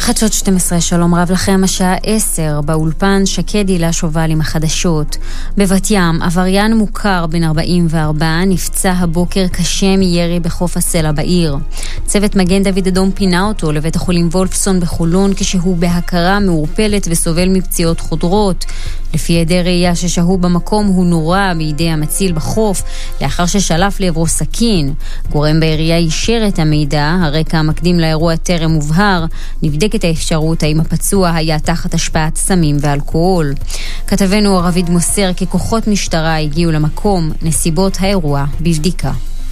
חדשות 12, שלום רב לכם, השעה 10, באולפן שקד הילה שובל עם החדשות. בבת ים, עבריין מוכר בן 44 נפצע הבוקר קשה מירי בחוף הסלע בעיר. צוות מגן דוד אדום פינה אותו לבית החולים וולפסון בחולון כשהוא בהכרה מעורפלת וסובל מפציעות חודרות. לפי עדי ראייה ששהו במקום הוא נורה בידי המציל בחוף לאחר ששלף לעברו סכין. גורם בעירייה אישר את המידע, הרקע המקדים לאירוע טרם מובהר, נבדק את האפשרות האם הפצוע היה תחת השפעת סמים ואלכוהול. כתבנו רביד מוסר כי כוחות משטרה הגיעו למקום, נסיבות האירוע בבדיקה.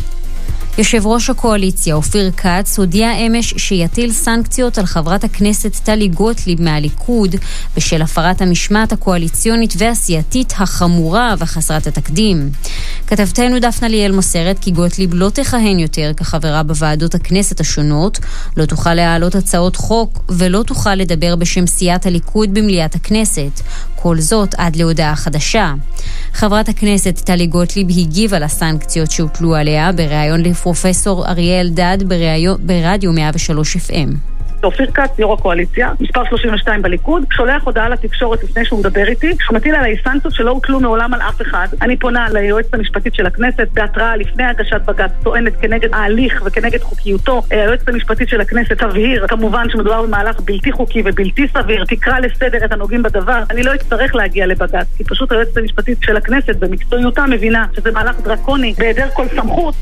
יושב ראש הקואליציה אופיר כץ הודיע אמש שיטיל סנקציות על חברת הכנסת טלי גוטליב מהליכוד בשל הפרת המשמעת הקואליציונית והסיעתית החמורה וחסרת התקדים. כתבתנו דפנה ליאל מוסרת כי גוטליב לא תכהן יותר כחברה בוועדות הכנסת השונות, לא תוכל להעלות הצעות חוק ולא תוכל לדבר בשם סיעת הליכוד במליאת הכנסת. כל זאת עד להודעה חדשה. חברת הכנסת טלי גוטליב הגיבה לסנקציות שהוטלו עליה בריאיון לפרופסור אריה אלדד ברדיו 103 FM. אופיר כץ, יו"ר הקואליציה, מספר 32 בליכוד, שולח הודעה לתקשורת לפני שהוא מדבר איתי, שהוא מטיל עליי סנקציות שלא הוטלו מעולם על אף אחד. אני פונה ליועצת המשפטית של הכנסת, בהתראה לפני הגשת בג"ץ, טוענת כנגד ההליך וכנגד חוקיותו. היועצת המשפטית של הכנסת תבהיר, כמובן שמדובר במהלך בלתי חוקי ובלתי סביר, תקרא לסדר את הנוגעים בדבר. אני לא אצטרך להגיע לבג"ץ, כי פשוט היועצת המשפטית של הכנסת במקצועיותה מבינה שזה מהלך דרקוני בהיעדר כל סמכות.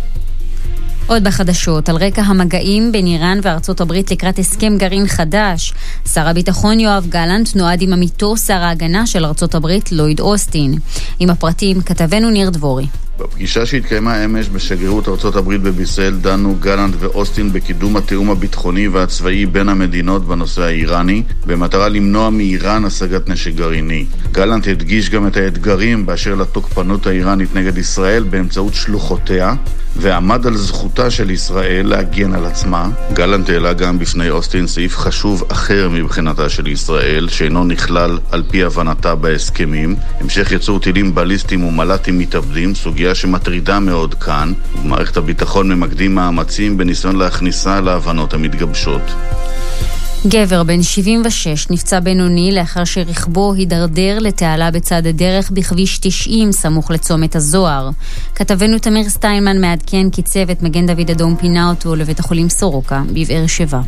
עוד בחדשות, על רקע המגעים בין איראן וארצות הברית לקראת הסכם גרעין חדש, שר הביטחון יואב גלנט נועד עם עמיתו שר ההגנה של ארצות הברית לויד אוסטין. עם הפרטים כתבנו ניר דבורי. בפגישה שהתקיימה אמש בשגרירות ארצות הברית בבישראל דנו גלנט ואוסטין בקידום התיאום הביטחוני והצבאי בין המדינות בנושא האיראני, במטרה למנוע מאיראן השגת נשק גרעיני. גלנט הדגיש גם את האתגרים באשר לתוקפנות האיראנית נגד ישראל באמצעות שלוחותיה, ועמד על זכותה של ישראל להגן על עצמה. גלנט העלה גם בפני אוסטין סעיף חשוב אחר מבחינתה של ישראל, שאינו נכלל על פי הבנתה בהסכמים, המשך ייצור טילים בליסטיים ומל"טים מתאבדים, סוגיה שמטרידה מאוד כאן, ומערכת הביטחון ממקדים מאמצים בניסיון להכניסה להבנות המתגבשות. גבר בן 76 נפצע בינוני לאחר שרכבו הידרדר לתעלה בצד הדרך בכביש 90 סמוך לצומת הזוהר. כתבנו תמיר סטיינמן מעדכן כי צוות מגן דוד אדום פינה אותו לבית החולים סורוקה בבאר שבע.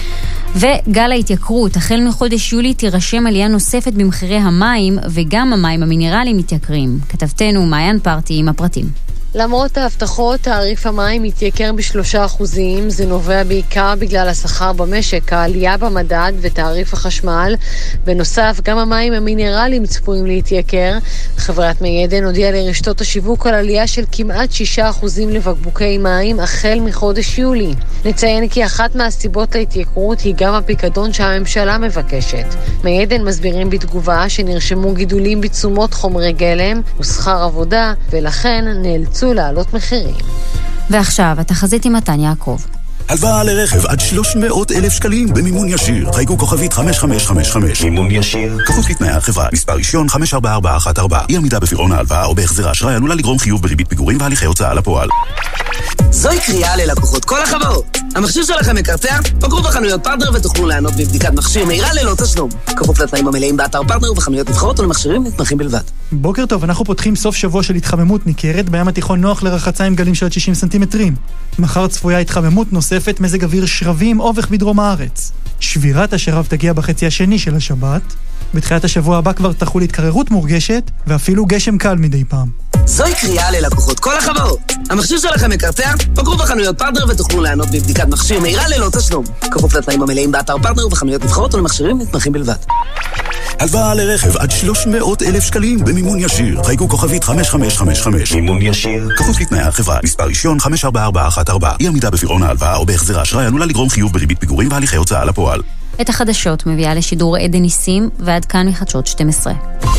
וגל ההתייקרות, החל מחודש יולי תירשם עלייה נוספת במחירי המים וגם המים המינרליים מתייקרים. כתבתנו מעיין פרטי עם הפרטים. למרות ההבטחות, תעריף המים מתייקר ב3%. זה נובע בעיקר בגלל השכר במשק, העלייה במדד ותעריף החשמל. בנוסף, גם המים המינרליים צפויים להתייקר. חברת מי עדן הודיעה לרשתות השיווק על עלייה של כמעט 6% לבקבוקי מים החל מחודש יולי. נציין כי אחת מהסיבות להתייקרות היא גם הפיקדון שהממשלה מבקשת. מי עדן מסבירים בתגובה שנרשמו גידולים בתשומות חומרי גלם ושכר עבודה, ולכן נאלצו לעלות מחירים. ועכשיו, התחזית עם מתן יעקב. הלוואה לרכב עד 300,000 שקלים במימון ישיר. חייגו כוכבית 5555. מימון ישיר. כפוף לתנאי החברה. מספר רישיון 54414. אי עמידה בפירעון ההלוואה או בהחזר האשראי עלולה לגרום חיוב בריבית פיגורים והליכי הוצאה לפועל. זוהי קריאה ללקוחות כל החברות. המכשיר שלכם מקרטע? בקרו בחנויות פרטנר ותוכלו לענות בבדיקת מכשיר מהירה ללא תשלום. כפוף לתנאים המלאים באתר פרטנר ובחנויות נבחרות ולמכשירים נתמכים בלבד. בוקר טוב, אנחנו פותחים סוף שבוע של התחממות ניכרת בים התיכון, נוח לרחצה עם גלים של עד 60 סנטימטרים. מחר צפויה התחממות נוספת, מזג אוויר שרבים אובך בדרום הארץ. שבירת השרב תגיע בחצי השני של השבת. בתחילת השבוע הבא כבר תחול התקררות מורגשת ואפילו גשם קל מדי פעם. זוהי קריאה ללקוחות כל החברות. המכשיר שלכם מקרטע? בקרו בחנויות פרטנר ותוכלו לענות בבדיקת מכשיר מהירה ללא תשלום. כפוף לתנאים המלאים באתר פרטנר ובחנויות נבחרות ולמכשירים נתמכים בלבד. הלוואה לרכב עד 300,000 שקלים במימון ישיר. חייגו כוכבית 5555. מימון ישיר. כפוף לתנאי החברה. מספר רישיון 54414. אי עמידה בפירעון ההלוואה או בהחזר האשראי עלולה לגרום חיוב בריבית פיגורים והליכי הוצאה לפועל. את החדשות מביאה לשידור עדן ניסים, ועד כאן מחדשות 12.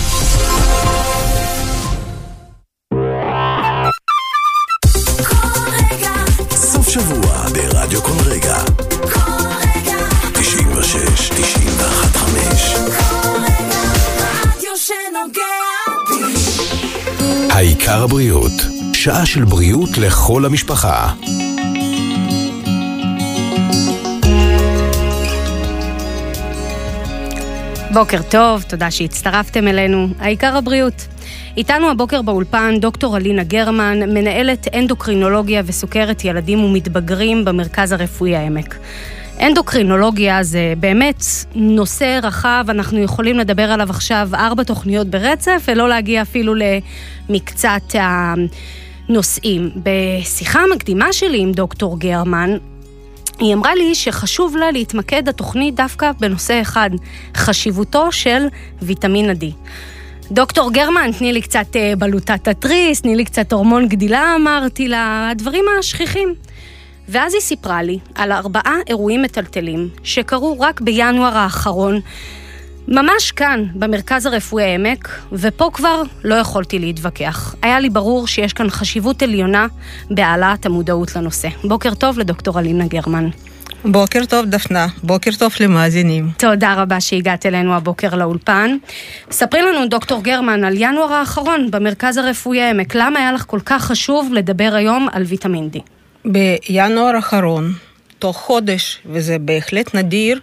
סוף שבוע ברדיו כל רגע. 96, 91, 5. העיקר הבריאות, שעה של בריאות לכל המשפחה. בוקר טוב, תודה שהצטרפתם אלינו. העיקר הבריאות. איתנו הבוקר באולפן דוקטור אלינה גרמן, מנהלת אנדוקרינולוגיה וסוכרת ילדים ומתבגרים במרכז הרפואי העמק. אנדוקרינולוגיה זה באמת נושא רחב, אנחנו יכולים לדבר עליו עכשיו 4 תוכניות ברצף, ולא להגיע אפילו למקצת הנושאים. בשיחה המקדימה שלי עם דוקטור גרמן, היא אמרה לי שחשוב לה להתמקד התוכנית דווקא בנושא אחד, חשיבותו של ויטמין D. דוקטור גרמן, תני לי קצת בלוטת התריס, תני לי קצת הורמון גדילה, אמרתי לה, הדברים השכיחים. ואז היא סיפרה לי על 4 אירועים מטלטלים שקרו רק בינואר האחרון, ממש כאן, במרכז הרפואי העמק, ופה כבר לא יכולתי להתווכח. היה לי ברור שיש כאן חשיבות עליונה בהעלאת המודעות לנושא. בוקר טוב לדוקטור אלינה גרמן. בוקר טוב דפנה, בוקר טוב למאזינים. תודה רבה שהגעת אלינו הבוקר לאולפן. ספרי לנו דוקטור גרמן על ינואר האחרון במרכז הרפואי העמק. למה היה לך כל כך חשוב לדבר היום על ויטמין D? בינואר האחרון, תוך חודש, וזה בהחלט נדיר,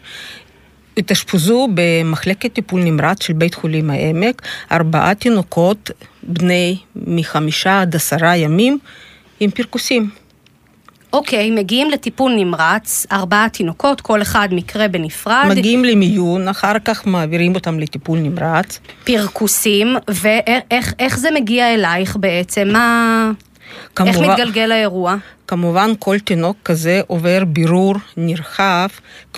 התאשפזו במחלקת טיפול נמרץ של בית חולים העמק 4 תינוקות בני 5 עד 10 ימים עם פרכוסים. אוקיי, מגיעים לטיפול נמרץ, 4 תינוקות, כל אחד מקרה בנפרד. מגיעים למיון, אחר כך מעבירים אותם לטיפול נמרץ. פרכוסים, ואיך זה מגיע אלייך בעצם? איך מתגלגל האירוע? כמובן כל תינוק כזה עובר בירור נרחב,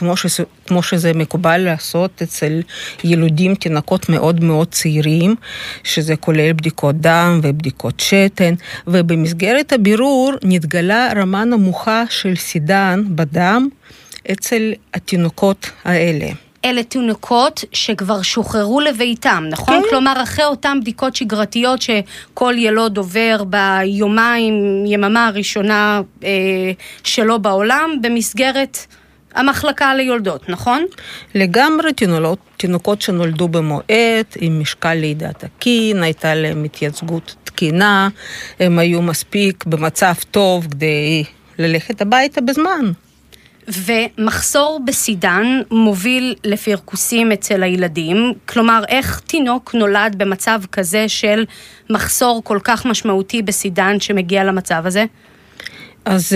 כמו שזה מקובל לעשות אצל ילודים, תינוקות מאוד מאוד צעירים, שזה כולל בדיקות דם ובדיקות שתן, ובמסגרת הבירור נתגלה רמה נמוכה של סידן בדם אצל התינוקות האלה. אלה תינוקות שכבר שוחררו לביתם, נכון? כן. כלומר, אחרי אותם בדיקות שגרתיות שכל ילוד עובר יממה הראשונה שלו בעולם, במסגרת המחלקה ליולדות, נכון? לגמרי תינוקות שנולדו במועד, עם משקל לידה תקין, הייתה להם התייצגות תקינה, הם היו מספיק במצב טוב כדי ללכת הביתה בזמן. ומחסור בסידן מוביל לפרכוסים אצל הילדים, כלומר איך תינוק נולד במצב כזה של מחסור כל כך משמעותי בסידן שמגיע למצב הזה? אז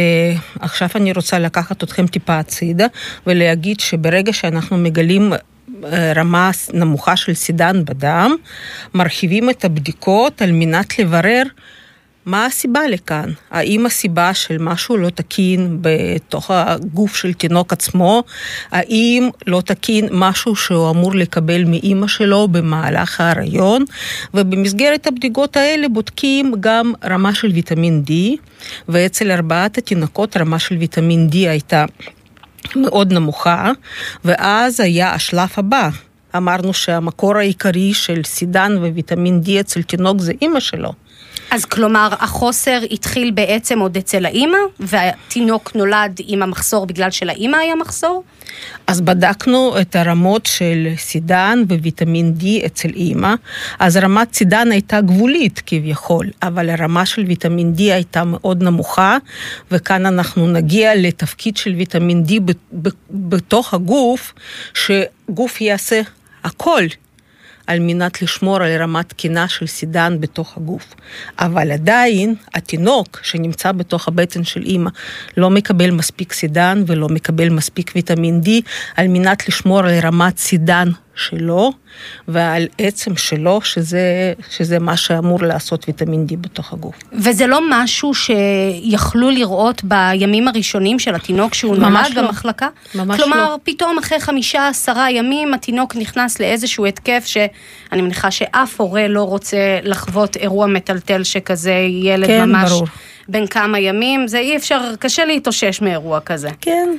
עכשיו אני רוצה לקחת אתכם טיפה הצידה ולהגיד שברגע שאנחנו מגלים רמה נמוכה של סידן בדם, מרחיבים את הבדיקות על מנת לברר מה הסיבה לכאן? האם הסיבה של משהו לא תקין בתוך הגוף של תינוק עצמו? האם לא תקין משהו שהוא אמור לקבל מאמא שלו במהלך ההיריון? ובמסגרת הבדיקות האלה בודקים גם רמה של ויטמין D, ואצל 4 התינוקות רמה של ויטמין D הייתה מאוד נמוכה, ואז היה השלב הבא. אמרנו שהמקור העיקרי של סידן וויטמין D אצל תינוק זה אמא שלו. אז כלומר, החוסר התחיל בעצם עוד אצל האמא, והתינוק נולד עם המחסור בגלל שלאמא היה מחסור? אז בדקנו את הרמות של סידן וויטמין D אצל אמא, אז רמת סידן הייתה גבולית כביכול, אבל הרמה של ויטמין D הייתה מאוד נמוכה, וכאן אנחנו נגיע לתפקיד של ויטמין D בתוך הגוף, שגוף יעשה הכל, על מנת לשמור על רמת תקינה של סידן בתוך הגוף. אבל עדיין, התינוק שנמצא בתוך הבטן של אמא, לא מקבל מספיק סידן ולא מקבל מספיק ויטמין D, על מנת לשמור על רמת סידן שלו, ועל עצם שלו, שזה מה שאמור לעשות ויטמין D בתוך הגוף. וזה לא משהו שיכלו לראות בימים הראשונים של התינוק שהוא נולד במחלקה? ממש כלומר, לא. פתאום אחרי 5-10 ימים, התינוק נכנס לאיזשהו התקף שאני מניחה שאף הורה לא רוצה לחוות אירוע מטלטל שכזה ילד כן, ממש ברור. בין כמה ימים. זה אי אפשר, קשה להתאושש מאירוע כזה. כן.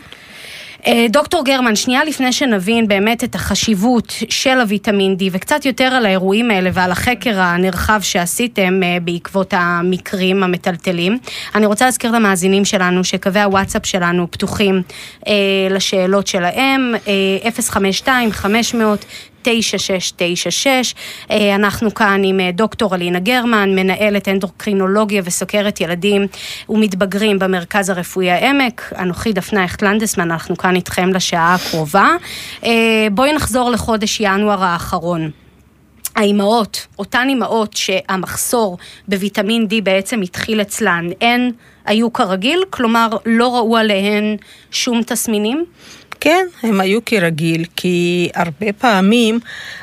דוקטור גרמן, שנייה לפני שנבין באמת את החשיבות של הוויטמין D, וקצת יותר על האירועים האלה ועל החקר הנרחב שעשיתם בעקבות המקרים המטלטלים, אני רוצה להזכיר למאזינים שלנו שקווי הוואטסאפ שלנו פתוחים לשאלות שלהם, 052-500 9696. אנחנו כאן עם דוקטור אלינה גרמן, מנהלת אנדוקרינולוגיה וסוכרת ילדים ומתבגרים במרכז הרפואי העמק. אנוכי דפנה הכט-לנדסמן, אנחנו כאן איתכם לשעה הקרובה. בואי נחזור לחודש ינואר האחרון. האימהות, אותן אימהות שהמחסור בוויטמין D בעצם התחיל אצלן, הן היו כרגיל? כלומר, לא ראו עליהן שום תסמינים? כן, הם היו כרגיל, כי הרבה פעמים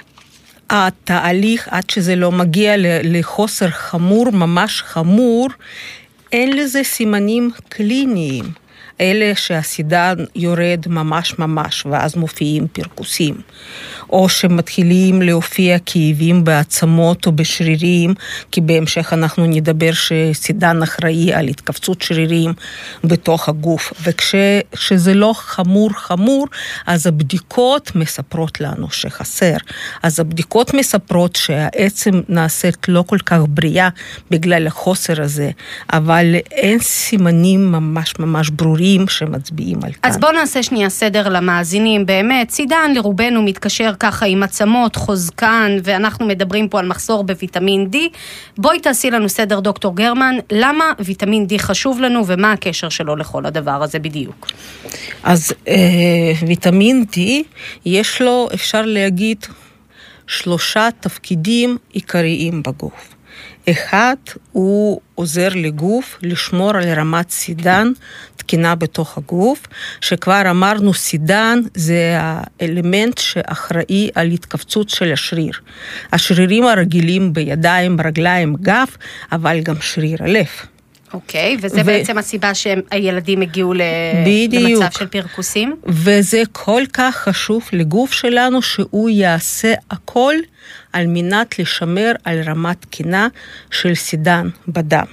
התהליך, עד שזה לא מגיע לחוסר חמור, ממש חמור, אין לזה סימנים קליניים. אלה שהסידן יורד ממש, ואז מופיעים פרקוסים. או שמתחילים להופיע כאבים בעצמות או בשרירים, כי בהמשך אנחנו נדבר שסידן אחראי על התכווצות שרירים בתוך הגוף. וכשזה לא חמור, אז הבדיקות מספרות לנו שחסר. אז הבדיקות מספרות שהעצם נעשית לא כל כך בריאה בגלל החוסר הזה, אבל אין סימנים ממש ברורים שמצביעים על כאן. אז בואו נעשה שנייה סדר למאזינים. באמת, סידן לרובנו מתקשר ככה עם עצמות, חוזקן, ואנחנו מדברים פה על מחסור בוויטמין D. בואי תעשי לנו סדר, דוקטור גרמן, למה ויטמין D חשוב לנו ומה הקשר שלו לכל הדבר הזה בדיוק? אז ויטמין D יש לו, אפשר להגיד, 3 תפקידים עיקריים בגוף. אחד, הוא עוזר לגוף לשמור על רמת סידן תקינה בתוך הגוף, שכבר אמרנו סידן זה האלמנט שאחראי על התכווצות של השריר. השרירים הרגילים בידיים, רגליים, גב, אבל גם שריר הלב. אוקיי, וזה בעצם הסיבה שהילדים הגיעו למצב של פרקוסים? וזה כל כך חשוב לגוף שלנו שהוא יעשה הכל על מנת לשמר על רמת תקינה של סידן בדם.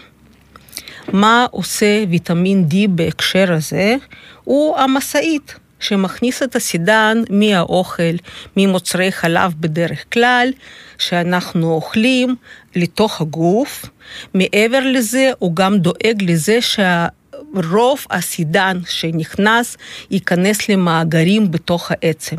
מה עושה ויטמין D בהקשר הזה? הוא המסעית שמכניס את הסידן מהאוכל, ממוצרי חלב בדרך כלל, שאנחנו אוכלים לתוך הגוף. מעבר לזה, הוא גם דואג לזה רוב הסידן שנכנס ייכנס למאגרים בתוך העצם.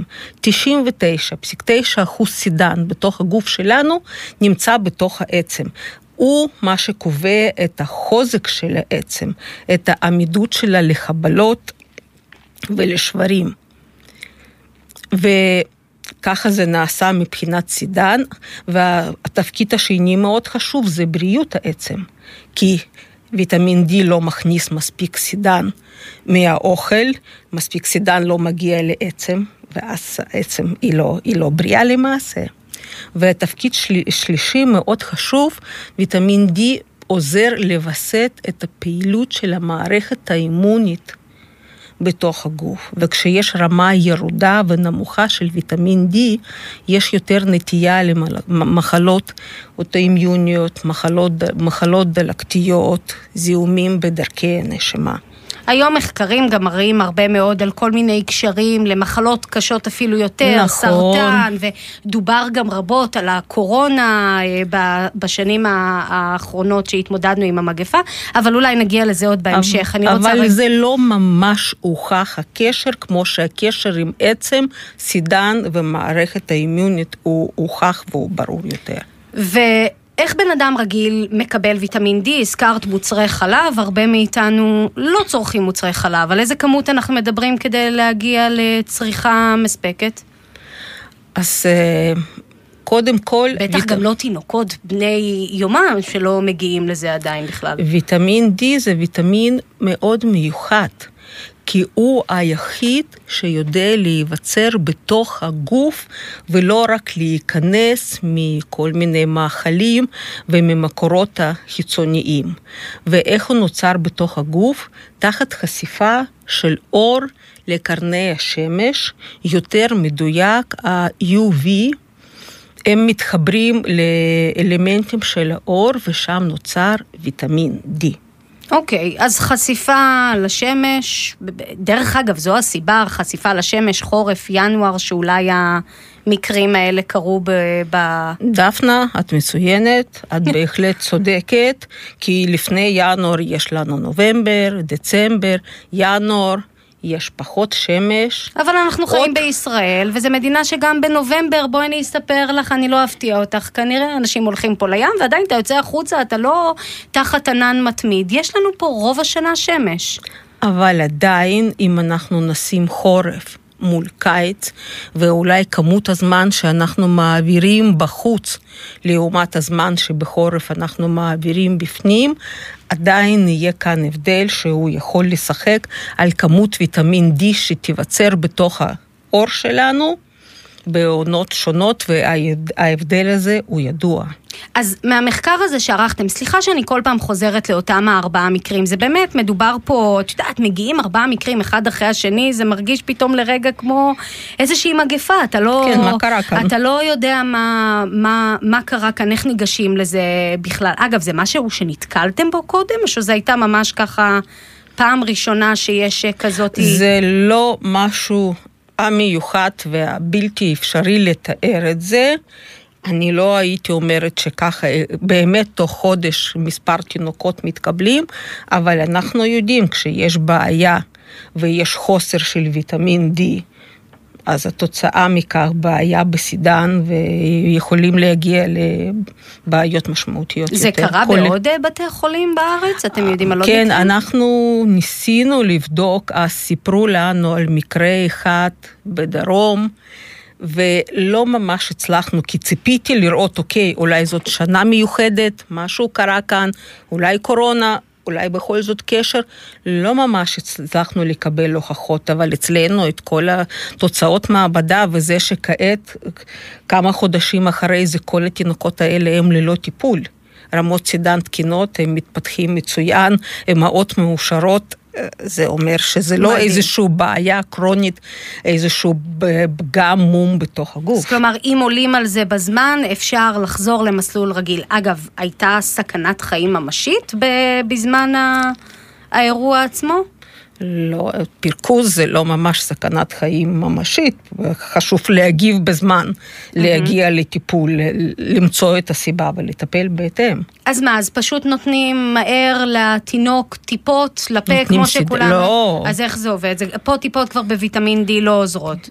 99.9% סידן בתוך הגוף שלנו נמצא בתוך העצם. הוא מה שקובע את החוזק של העצם, את העמידות שלה לחבלות ולשברים. וככה זה נעשה מבחינת סידן, והתפקיד השני מאוד חשוב זה בריאות העצם, כי ויטמין D לא מכניס מספיק סידן מהאוכל, מספיק סידן לא מגיע לעצם, ואז העצם היא לא בריאה למעשה. והתפקיד שלישי מאוד חשוב, ויטמין D עוזר לבסט את הפעילות של המערכת האימונית בתוך הגוף. וכשיש רמה ירודה ונמוכה של ויטמין D, יש יותר נטייה למחלות אוטואימיוניות, מחלות דלקתיות, זיהומים בדרכי הנשימה. היום מחקרים גם מראים הרבה מאוד על כל מיני קשרים למחלות קשות אפילו יותר, נכון. סרטן, ודובר גם רבות על הקורונה בשנים האחרונות שהתמודדנו עם המגפה, אבל אולי נגיע לזה עוד בהמשך. אבל זה לא ממש הוכח הקשר, כמו שהקשר עם עצם, סידן ומערכת האימונית הוא הוכח והוא ברור יותר. איך בן אדם רגיל מקבל ויטמין D? הזכרת מוצרי חלב, הרבה מאיתנו לא צורכים מוצרי חלב, על איזה כמות אנחנו מדברים כדי להגיע לצריכה מספקת? אז קודם כל... בטח גם לא תינוקות בני יומם שלא מגיעים לזה עדיין בכלל. ויטמין D זה ויטמין מאוד מיוחד, כי הוא היחיד שיודע להיווצר בתוך הגוף, ולא רק להיכנס מכל מיני מאכלים וממקורות החיצוניים. ואיך הוא נוצר בתוך הגוף? תחת חשיפה של אור לקרני השמש, יותר מדויק ה-UV, הם מתחברים לאלמנטים של האור, ושם נוצר ויטמין D. אוקיי, אז חשיפה לשמש, דרך אגב, זו הסיבה, חשיפה לשמש, חורף, ינואר, שאולי המקרים האלה קרו דפנה, את מצוינת, את בהחלט צודקת, כי לפני ינואר יש לנו נובמבר, דצמבר, ינואר, יש פחות שמש. אבל אנחנו חיים בישראל, וזו מדינה שגם בנובמבר, בואי אני אספר לך, אני לא אפתיע אותך, כנראה אנשים הולכים פה לים, ועדיין אתה יוצא החוצה, אתה לא תחת ענן מתמיד. יש לנו פה רוב השנה שמש. אבל עדיין, אם אנחנו נשים חורף מול קיץ, ואולי כמות הזמן שאנחנו מעבירים בחוץ, לעומת הזמן שבחורף אנחנו מעבירים בפנים, עדיין יהיה כאן הבדל שהוא יכול לשחק על כמות ויטמין D שתיווצר בתוך האור שלנו, בעונות שונות, וההבדל הזה הוא ידוע. אז מהמחקר הזה שערכתם, סליחה שאני כל פעם חוזרת לאותם 4 מקרים, זה באמת מדובר פה, את יודעת, מגיעים 4 מקרים אחד אחרי השני, זה מרגיש פתאום לרגע כמו איזושהי מגפה, אתה לא, כן, מה קרה כאן? אתה לא יודע מה קרה כאן, איך ניגשים לזה בכלל. אגב, זה משהו שנתקלתם בו קודם, או שזה הייתה ממש ככה פעם ראשונה שיש כזאת? זה לא משהו המיוחד והבלתי אפשרי לתאר את זה. אני לא הייתי אומרת שככה, באמת תוך חודש מספר תינוקות מתקבלים, אבל אנחנו יודעים, כשיש בעיה ויש חוסר של ויטמין D, אז התוצאה מכך בעיה בסידן, ויכולים להגיע לבעיות משמעותיות יותר. זה קרה בעוד בתי חולים בארץ? אתם יודעים על עוד כן, מקרים? אנחנו ניסינו לבדוק, אז סיפרו לנו על מקרה אחד בדרום, ולא ממש הצלחנו, כי ציפיתי לראות, אוקיי, אולי זאת שנה מיוחדת, משהו קרה כאן, אולי קורונה, אולי בכל זאת קשר, לא ממש הצלחנו לקבל הוכחות, אבל אצלנו את כל התוצאות מעבדה, וזה שכעת, כמה חודשים אחרי זה, כל התינוקות האלה הם ללא טיפול. רמות סידן תקינות, הם מתפתחים מצוין, הם מאוד מאושרות, זה אומר שזה לא איזושהי בעיה קרונית, איזשהו פגם מום בתוך הגוף. אז כלומר, אם עולים על זה בזמן, אפשר לחזור למסלול רגיל. אגב, הייתה סכנת חיים ממשית בזמן האירוע עצמו? לא, פרקוז זה לא ממש סכנת חיים ממשית, חשוב להגיב בזמן, להגיע לטיפול, למצוא את הסיבה ולטפל בהתאם. אז מה, אז פשוט נותנים מהר לתינוק טיפות לפה כמו שכולנו? לא. אז איך זה עובד? פה טיפות כבר בוויטמין D לא עוזרות.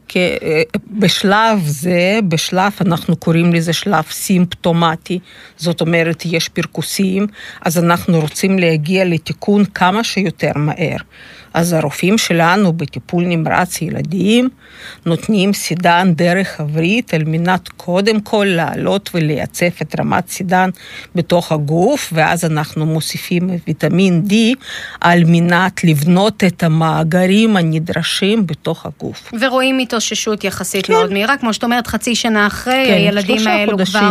בשלב זה, אנחנו קוראים לזה שלב סימפטומטי, זאת אומרת יש פרקוסים, אז אנחנו רוצים להגיע לתיקון כמה שיותר מהר. אז הרופאים שלנו בטיפול נמרץ ילדים נותנים סידן דרך הברית על מנת קודם כל לעלות ולייצב את רמת סידן בתוך הגוף, ואז אנחנו מוסיפים ויטמין D על מנת לבנות את המאגרים הנדרשים בתוך הגוף. ורואים התאוששות יחסית מאוד מהירה, כמו שאת אומרת, חצי שנה אחרי, הילדים האלו כבר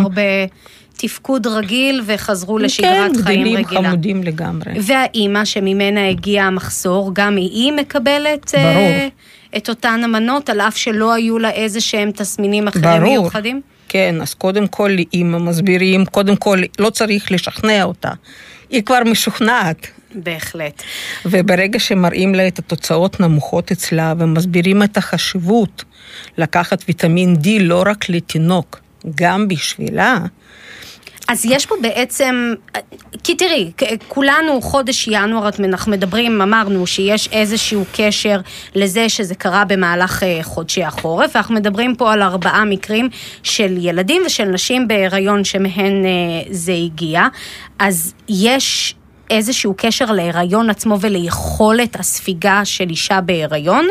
תפקוד רגיל וחזרו לשגרת חיים רגילה. גדלים חמודים לגמרי. והאימא שממנה הגיע המחסור, גם היא מקבלת את אותן המנות, על אף שלא היו לה איזה שהם תסמינים אחרים מיוחדים? כן, אז קודם כל אימא מסבירים, קודם כל לא צריך לשכנע אותה. היא כבר משוכנעת. בהחלט. וברגע שמראים לה את התוצאות נמוכות אצלה, ומסבירים את החשיבות לקחת ויטמין D לא רק לתינוק, גם בשבילה, אז יש פה בעצם, כי תראי, כולנו חודש ינואר, אנחנו מדברים, אמרנו שיש איזשהו קשר לזה שזה קרה במהלך חודשי החורף, ואנחנו מדברים פה על 4 מקרים של ילדים ושל נשים בהיריון שמהן זה הגיע, אז יש איזשהו קשר להיריון עצמו וליכולת הספיגה של אישה בהיריון?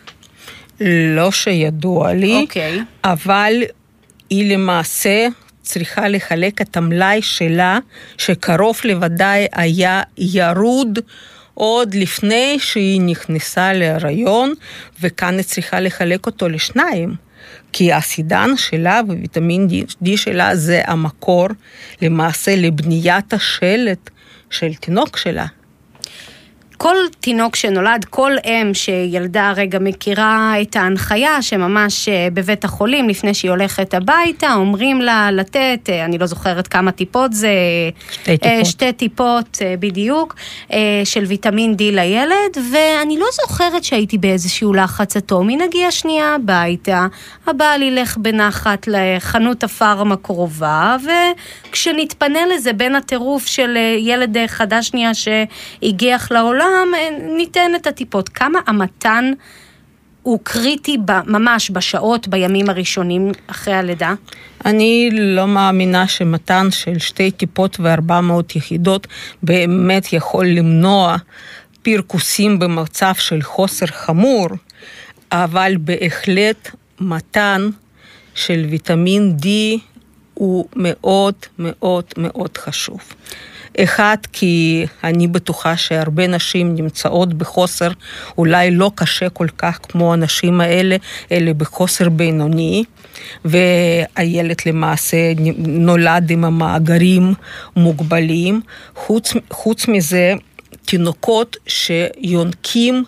לא שידוע לי, אבל היא למעשה צריכה לחלק את המלאי שלה, שקרוב לוודאי היה ירוד עוד לפני שהיא נכנסה להיריון, וכאן היא צריכה לחלק אותו לשניים, כי הסידן שלה וויטמין D שלה זה המקור למעשה לבניית השלד של תינוק שלה. כל תינוק שנולד, כל אם שילדה רגע מכירה את ההנחיה, שממש בבית החולים, לפני שהיא הולכת הביתה, אומרים לה לתת, אני לא זוכרת כמה טיפות זה, 2 טיפות בדיוק, של ויטמין D לילד, ואני לא זוכרת שהייתי באיזשהו לחץ אטומי, נגיע שנייה הביתה, הבעל ילך בנחת לחנות הפארמה קרובה, וכשנתפנה לזה בין הטירוף של ילד חדש שנייה שהגיח לעולם, וגם ניתן את הטיפות. כמה המתן הוא קריטי ממש בשעות, בימים הראשונים אחרי הלידה? אני לא מאמינה שמתן של 2 טיפות ו400 יחידות באמת יכול למנוע פרכוסים במצב של חוסר חמור, אבל בהחלט מתן של ויטמין D הוא מאוד מאוד מאוד חשוב. אחד, כי אני בטוחה שהרבה נשים נמצאות בחוסר, אולי לא קשה כל כך כמו הנשים האלה, אלא בחוסר בינוני, והילד למעשה נולד עם המאגרים מוגבלים. חוץ מזה, תינוקות שיונקים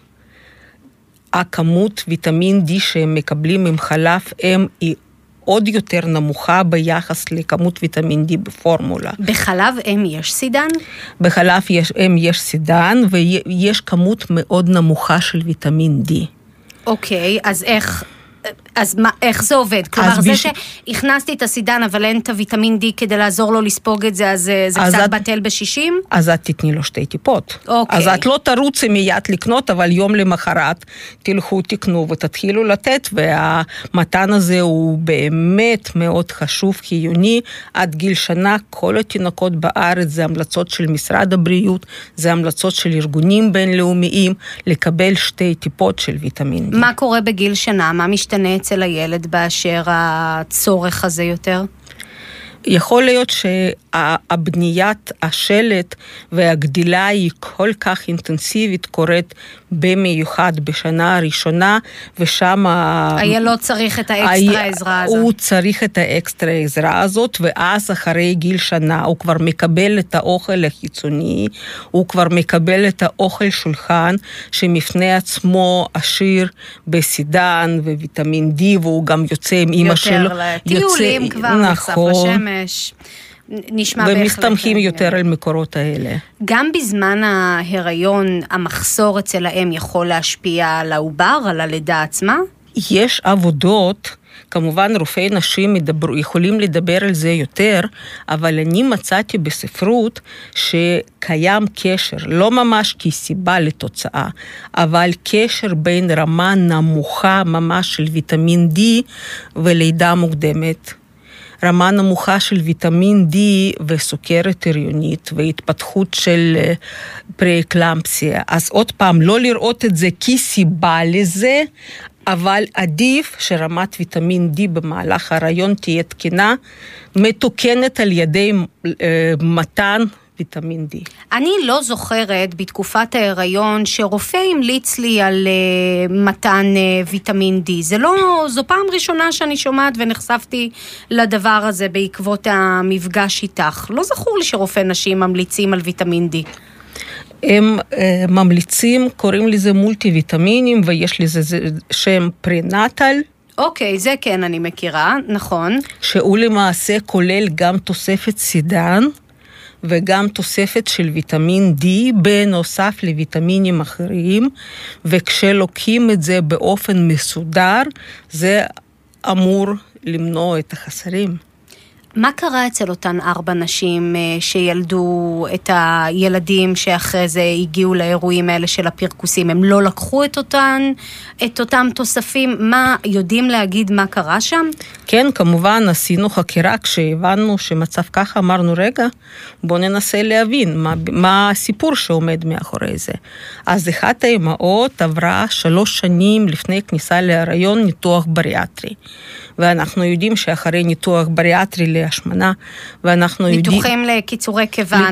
הכמות ויטמין D שהם מקבלים עם חלב הם עוד יותר נמוכה ביחס לכמות ויטמין D בפורמולה. בחלב אם יש סידן? בחלב אם יש סידן, ויש כמות מאוד נמוכה של ויטמין D. אוקיי, אז איך זה עובד? כלומר, זה שהכנסתי את הסידן, אבל אין את הוויטמין D כדי לעזור לו לספוג את זה, אז זה קצת בטל ב-60? אז את תתני לו 2 טיפות. אוקיי. אז את לא תרוצי מיד לקנות, אבל יום למחרת תלכו, תקנו ותתחילו לתת, והמתן הזה הוא באמת מאוד חשוב, חיוני. עד גיל שנה, כל התינוקות בארץ, זה המלצות של משרד הבריאות, זה המלצות של ארגונים בינלאומיים, לקבל 2 טיפות של ויטמין D. מה קורה בגיל שנה? מה משתנה אצל הילד באשר הצורך הזה יותר? יכול להיות שהבניית השלט והגדילה היא כל כך אינטנסיבית, קורית במיוחד בשנה הראשונה, ושם הילד צריך את האקסטרה עזרה הזאת. הוא צריך את האקסטרה עזרה הזאת, ואז אחרי גיל שנה הוא כבר מקבל את האוכל החיצוני, הוא כבר מקבל את האוכל שולחן, שמפני עצמו עשיר בסידן וויטמין D, והוא גם יוצא עם אמא שלו. יותר לטיולים כבר, נחשף לשמש. נשמע בהחלט. ומסתמכים יותר על מקורות האלה. גם בזמן ההיריון, המחסור אצל האם יכול להשפיע על העובר, על הלידה עצמה? יש עבודות, כמובן רופאי נשים יכולים לדבר על זה יותר, אבל אני מצאתי בספרות שקיים קשר, לא ממש כסיבה לתוצאה, אבל קשר בין רמה נמוכה ממש של ויטמין D ולידה מוקדמת. רמה נמוכה של ויטמין D וסוכרת הריונית והתפתחות של פרה-אקלמפסיה. אז עוד פעם, לא לראות את זה כסיבה לזה, אבל עדיף שרמת ויטמין D במהלך ההיריון תהיה תקינה, מתוקנת על ידי מתן ויטמין D. אני לא זוכרת בתקופת ההיריון שרופא המליץ לי על מתן ויטמין D. זו פעם ראשונה שאני שומעת ונחשפתי לדבר הזה בעקבות המפגש איתך. לא זכור לי שרופא נשים ממליצים על ויטמין D. הם ממליצים, קוראים לזה מולטי ויטמינים, ויש לזה שם פרנטל. אוקיי, זה כן אני מכירה, נכון. שהוא למעשה כולל גם תוספת סידן, וגם תוספת של ויטמין D בנוסף לויטמינים אחרים, וכשלוקים את זה באופן מסודר, זה אמור למנוע את החסרים. מה קרה אצל אותן 4 נשים שילדו את הילדים שאחרי זה הגיעו לאירועים האלה של הפרקוסים? הם לא לקחו את אותם תוספים? מה, יודעים להגיד מה קרה שם? כן, כמובן עשינו חקירה כשהבנו שמצב ככה, אמרנו רגע, בוא ננסה להבין מה הסיפור שעומד מאחורי זה. אז אחת האימהות עברה 3 שנים לפני כניסה להיריון ניתוח בריאטרי. ואנחנו יודעים שאחרי ניתוח בריאטרי להשמנה, ואנחנו יודעים... ניתוחים לקיצורי כיוון.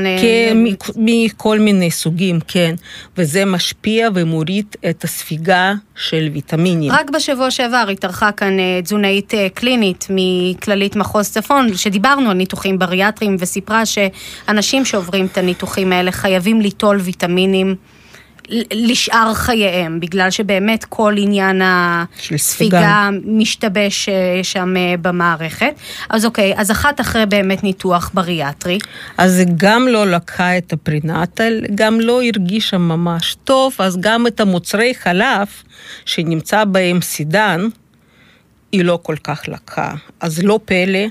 מכל מיני סוגים, כן. וזה משפיע ומוריד את הספיגה של ויטמינים. רק בשבוע שעבר התארחה כאן תזונאית קלינית מכללית מחוז צפון, שדיברנו על ניתוחים בריאטריים, וסיפרה שאנשים שעוברים את הניתוחים האלה חייבים ליטול ויטמינים לשאר חייהם, בגלל שבאמת כל עניין הספיגה משתבש שם במערכת. אז אוקיי, אז אחת אחרי באמת ניתוח בריאטרי. אז זה גם לא לקחה את הפרנטל, גם לא הרגישה ממש טוב, אז גם את המוצרי חלב שנמצא בהם סידן, היא לא כל כך לקחה. אז לא פלא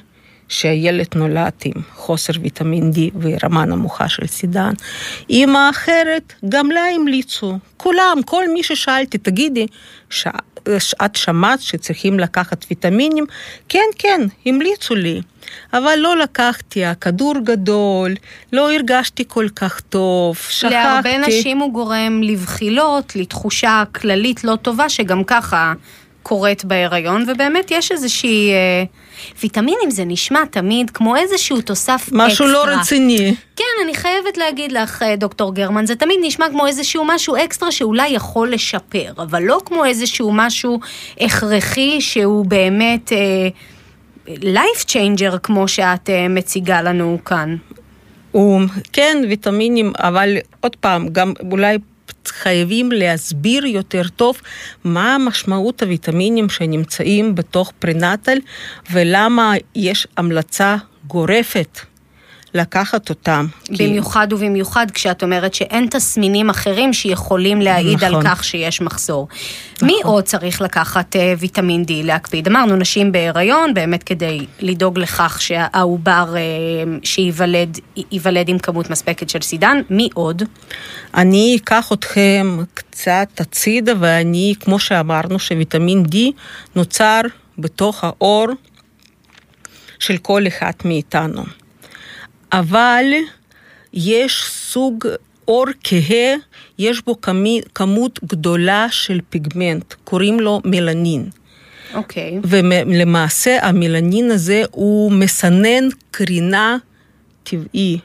שהילד נולד עם חוסר ויטמין D ורמה נמוכה של סידן. אמא אחרת, גם לה המליצו. כולם, כל מי ששאלתי, תגידי, את שמעת שצריכים לקחת ויטמינים? כן, כן, המליצו לי. אבל לא לקחתי, הכדור גדול, לא הרגשתי כל כך טוב, שכחתי. להרבה נשים הוא גורם לבחילות, לתחושה כללית לא טובה, שגם ככה קורית בהיריון, ובאמת יש איזושהי ויטמינים, זה נשמע תמיד כמו איזשהו תוסף משהו אקסטרה. לא רציני. כן, אני חייבת להגיד לך, דוקטור גרמן, זה תמיד נשמע כמו איזשהו משהו אקסטרה שאולי יכול לשפר, אבל לא כמו איזשהו משהו הכרחי שהוא באמת life changer, כמו שאת מציגה לנו כאן. כן, ויטמינים, אבל עוד פעם, גם אולי חייבים להסביר יותר טוב מה משמעות הוויטמינים שנמצאים בתוך פרינטל, ולמה יש המלצה גורפת לקחת אותם. במיוחד ובמיוחד כשאת אומרת שאין תסמינים אחרים שיכולים להעיד על כך שיש מחסור. מי עוד צריך לקחת ויטמין D להקפיד? אמרנו נשים בהיריון, באמת כדי לדאוג לכך שהעובר שיוולד עם כמות מספקת של סידן. מי עוד? אני אקח אתכם קצת הצידה, ואני, כמו שאמרנו, שוויטמין D נוצר בתוך האור של כל אחד מאיתנו. אבל יש סוג אור כהה, יש בו כמות גדולה של פיגמנט, קוראים לו מלנין. אוקיי. ולמעשה המלנין הזה הוא מסנן קרינה טבעי,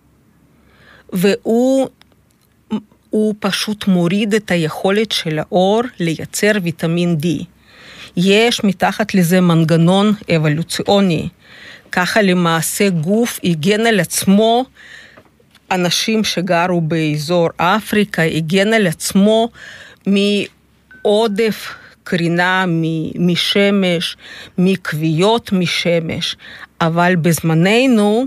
והוא פשוט מוריד את היכולת של האור לייצר ויטמין D. יש מתחת לזה מנגנון אבולוציוני, ככה למעשה גוף הגן על עצמו, אנשים שגרו באזור אפריקה, הגן על עצמו מעודף קרינה משמש, מכוויות משמש, אבל בזמננו,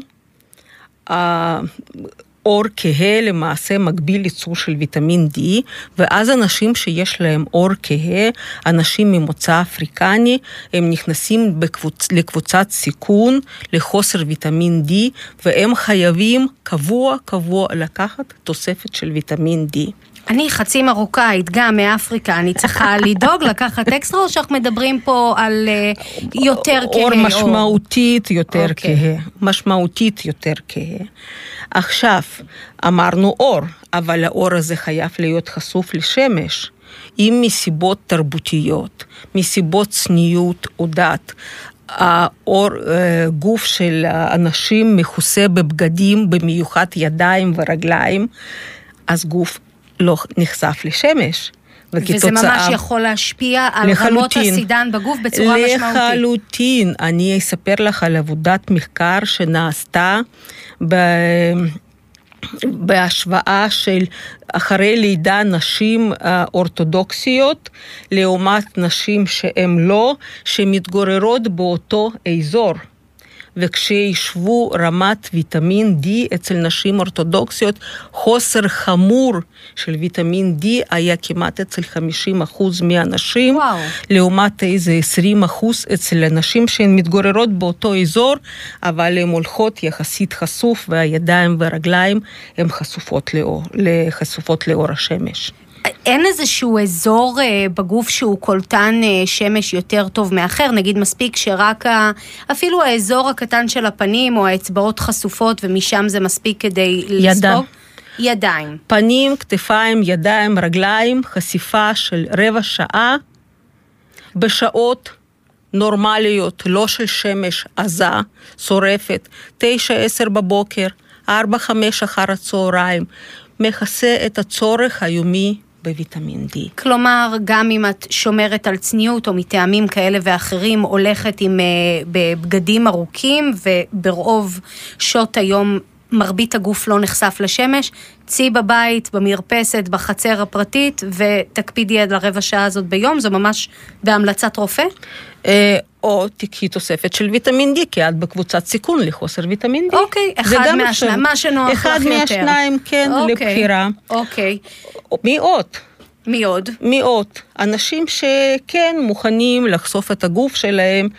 אור כהה למעשה מגביל ייצור של ויטמין D, ואז אנשים שיש להם אור כהה, אנשים ממוצא אפריקני, הם נכנסים לקבוצת סיכון, לחוסר ויטמין D, והם חייבים קבוע לקחת תוספת של ויטמין D. אני חצי מרוקאית, גם מאפריקה, אני צריכה לדאוג לקחת אקסטרה, או שאנחנו מדברים פה על יותר כהה? אור משמעותית יותר כהה, משמעותית יותר כהה. עכשיו, אמרנו אור, אבל האור הזה חייב להיות חשוף לשמש, עם מסיבות תרבותיות, מסיבות צניעות או דת. האור, גוף של אנשים מכוסה בבגדים, במיוחד ידיים ורגליים, אז גוף לא נחשף לשמש. וזה ממש יכול להשפיע על רמות הסידן בגוף בצורה משמעותית. לחלוטין. אני אספר לך על עבודת מחקר שנעשתה בהשוואה של אחרי לידה נשים אורתודוקסיות, לעומת נשים שהן לא, שמתגוררות באותו אזור. וכשישבו רמת ויטמין D אצל נשים אורתודוקסיות, חוסר חמור של ויטמין D היה כמעט אצל 50% מהנשים, לעומת איזה 20% אצל הנשים שהן מתגוררות באותו אזור, אבל הן הולכות יחסית חשוף, והידיים והרגליים הן חשופות לאור השמש. אין איזשהו אזור בגוף שהוא קולטן שמש יותר טוב מאחר, נגיד מספיק שרק אפילו האזור הקטן של הפנים או האצבעות חשופות ומשם זה מספיק כדי לספוג? ידיים. פנים, כתפיים, ידיים, רגליים, חשיפה של רבע שעה בשעות נורמליות, לא של שמש עזה, שורפת, 9-10 בבוקר, 4-5 אחר הצהריים, מכסה את הצורך היומי בוויטמין D. כלומר, גם אם את שומרת על צניעות או מטעמים כאלה ואחרים, הולכת עם בבגדים ארוכים, וברוב שעות היום מרבית הגוף לא נחשף לשמש, צי בבית, במרפסת, בחצר הפרטית, ותקפידי עד לרבע שעה הזאת ביום, זו ממש בהמלצת רופא? או תקחי תוספת של ויטמין D, כי את בקבוצת סיכון לחוסר ויטמין D. אוקיי, אחד מהשניים, מה שנוח לך יותר. אחד מהשניים, כן, לבחירה. אוקיי. מי עוד? אנשים שכן מוכנים לחשוף את הגוף שלהם,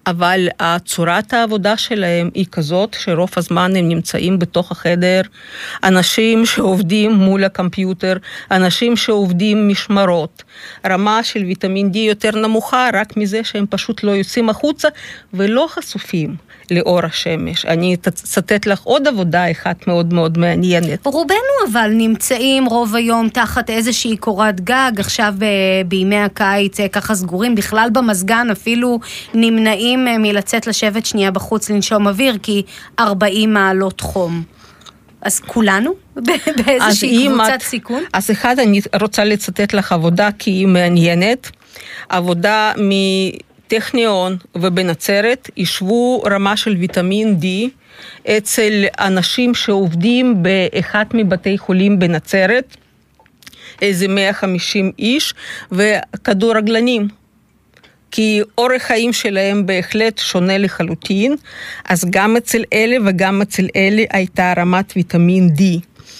אבל צורת העבודה שלהם היא כזאת שרוב הזמן הם נמצאים בתוך החדר, אנשים שעובדים מול הקומפיוטר, אנשים שעובדים משמרות, רמה של ויטמין D יותר נמוכה רק מזה שהם פשוט לא יוצאים החוצה ולא חשופים לאור השמש. אני אצטט לך עוד עבודה אחת מאוד מאוד מעניינת. רובנו אבל נמצאים רוב היום תחת איזושהי קורת גג, עכשיו בימי הקיץ ככה סגורים, בכלל במזגן אפילו נמנעים מלצאת לשבת שנייה בחוץ לנשום אוויר, כי 40 מעלות חום. אז כולנו באיזושהי קבוצת סיכון? אז אחד אני רוצה לצטט לך עבודה כי היא מעניינת, עבודה טכניון ובנצרת ישבו רמה של ויטמין D אצל אנשים שעובדים באחד מבתי חולים בנצרת, איזה 150 איש, וכדורגלנים. כי אורח חיים שלהם בהחלט שונה לחלוטין, אז גם אצל אלה וגם אצל אלה הייתה רמת ויטמין D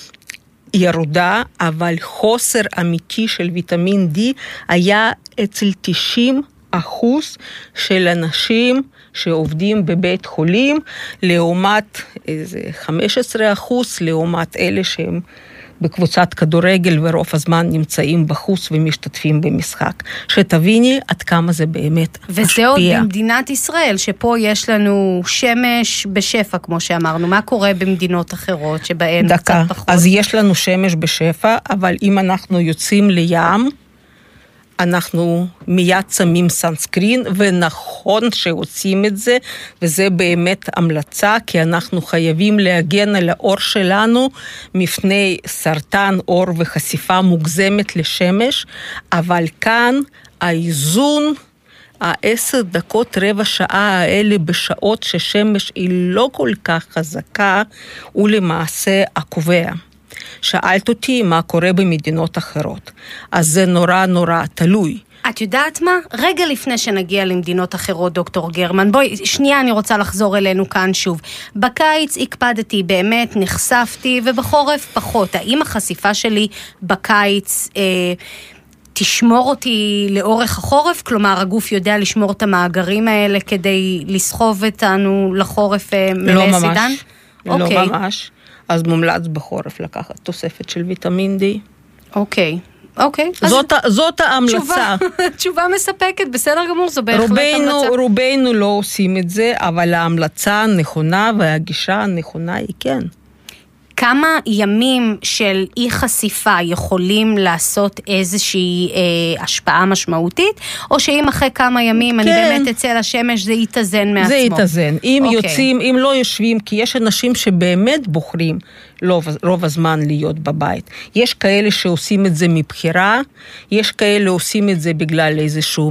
ירודה, אבל חוסר אמיתי של ויטמין D היה אצל 90% של אנשים שעובדים בבית חולים, לעומת איזה 15% לעומת אלה שהם בקבוצת כדורגל ורוב הזמן נמצאים בחוץ ומשתתפים במשחק. שתביני עד כמה זה באמת משפיע. וזה עוד במדינת ישראל, שפה יש לנו שמש בשפע, כמו שאמרנו. מה קורה במדינות אחרות שבהן קצת פחות? אז יש לנו שמש בשפע, אבל אם אנחנו יוצאים לים, אנחנו מיד שמים סנסקרין, ונכון שעושים את זה, וזה באמת המלצה, כי אנחנו חייבים להגן על האור שלנו, מפני סרטן עור וחשיפה מוגזמת לשמש, אבל כאן האיזון, 10 דקות, רבע שעה האלה בשעות ששמש היא לא כל כך חזקה, הוא למעשה הקובע. שאלת אותי מה קורה במדינות אחרות. אז זה נורא נורא תלוי. את יודעת מה? רגע לפני שנגיע למדינות אחרות, דוקטור גרמן, בואי, שנייה אני רוצה לחזור אלינו כאן שוב. בקיץ הקפדתי, באמת נחשפתי, ובחורף פחות. האם החשיפה שלי בקיץ תשמור אותי לאורך החורף? כלומר, הגוף יודע לשמור את המאגרים האלה כדי לסחוב אותנו לחורף מלא סידן? לא ממש. אז מומלץ בחורף לקחת תוספת של ויטמין D. אוקיי. זאת ההמלצה. תשובה מספקת, בסדר גמור, זו בהחלט המלצה. רובנו לא עושים את זה, אבל ההמלצה הנכונה והגישה הנכונה היא כן. כמה ימים של אי חשיפה יכולים לעשות איזושהי השפעה משמעותית, או שאם אחרי כמה ימים אני באמת אצא לשמש, זה יתאזן מעצמו? זה יתאזן. אם יוצאים, אם לא יושבים, כי יש אנשים שבאמת בוחרים רוב הזמן להיות בבית. יש כאלה שעושים את זה מבחירה, יש כאלה עושים את זה בגלל איזשהו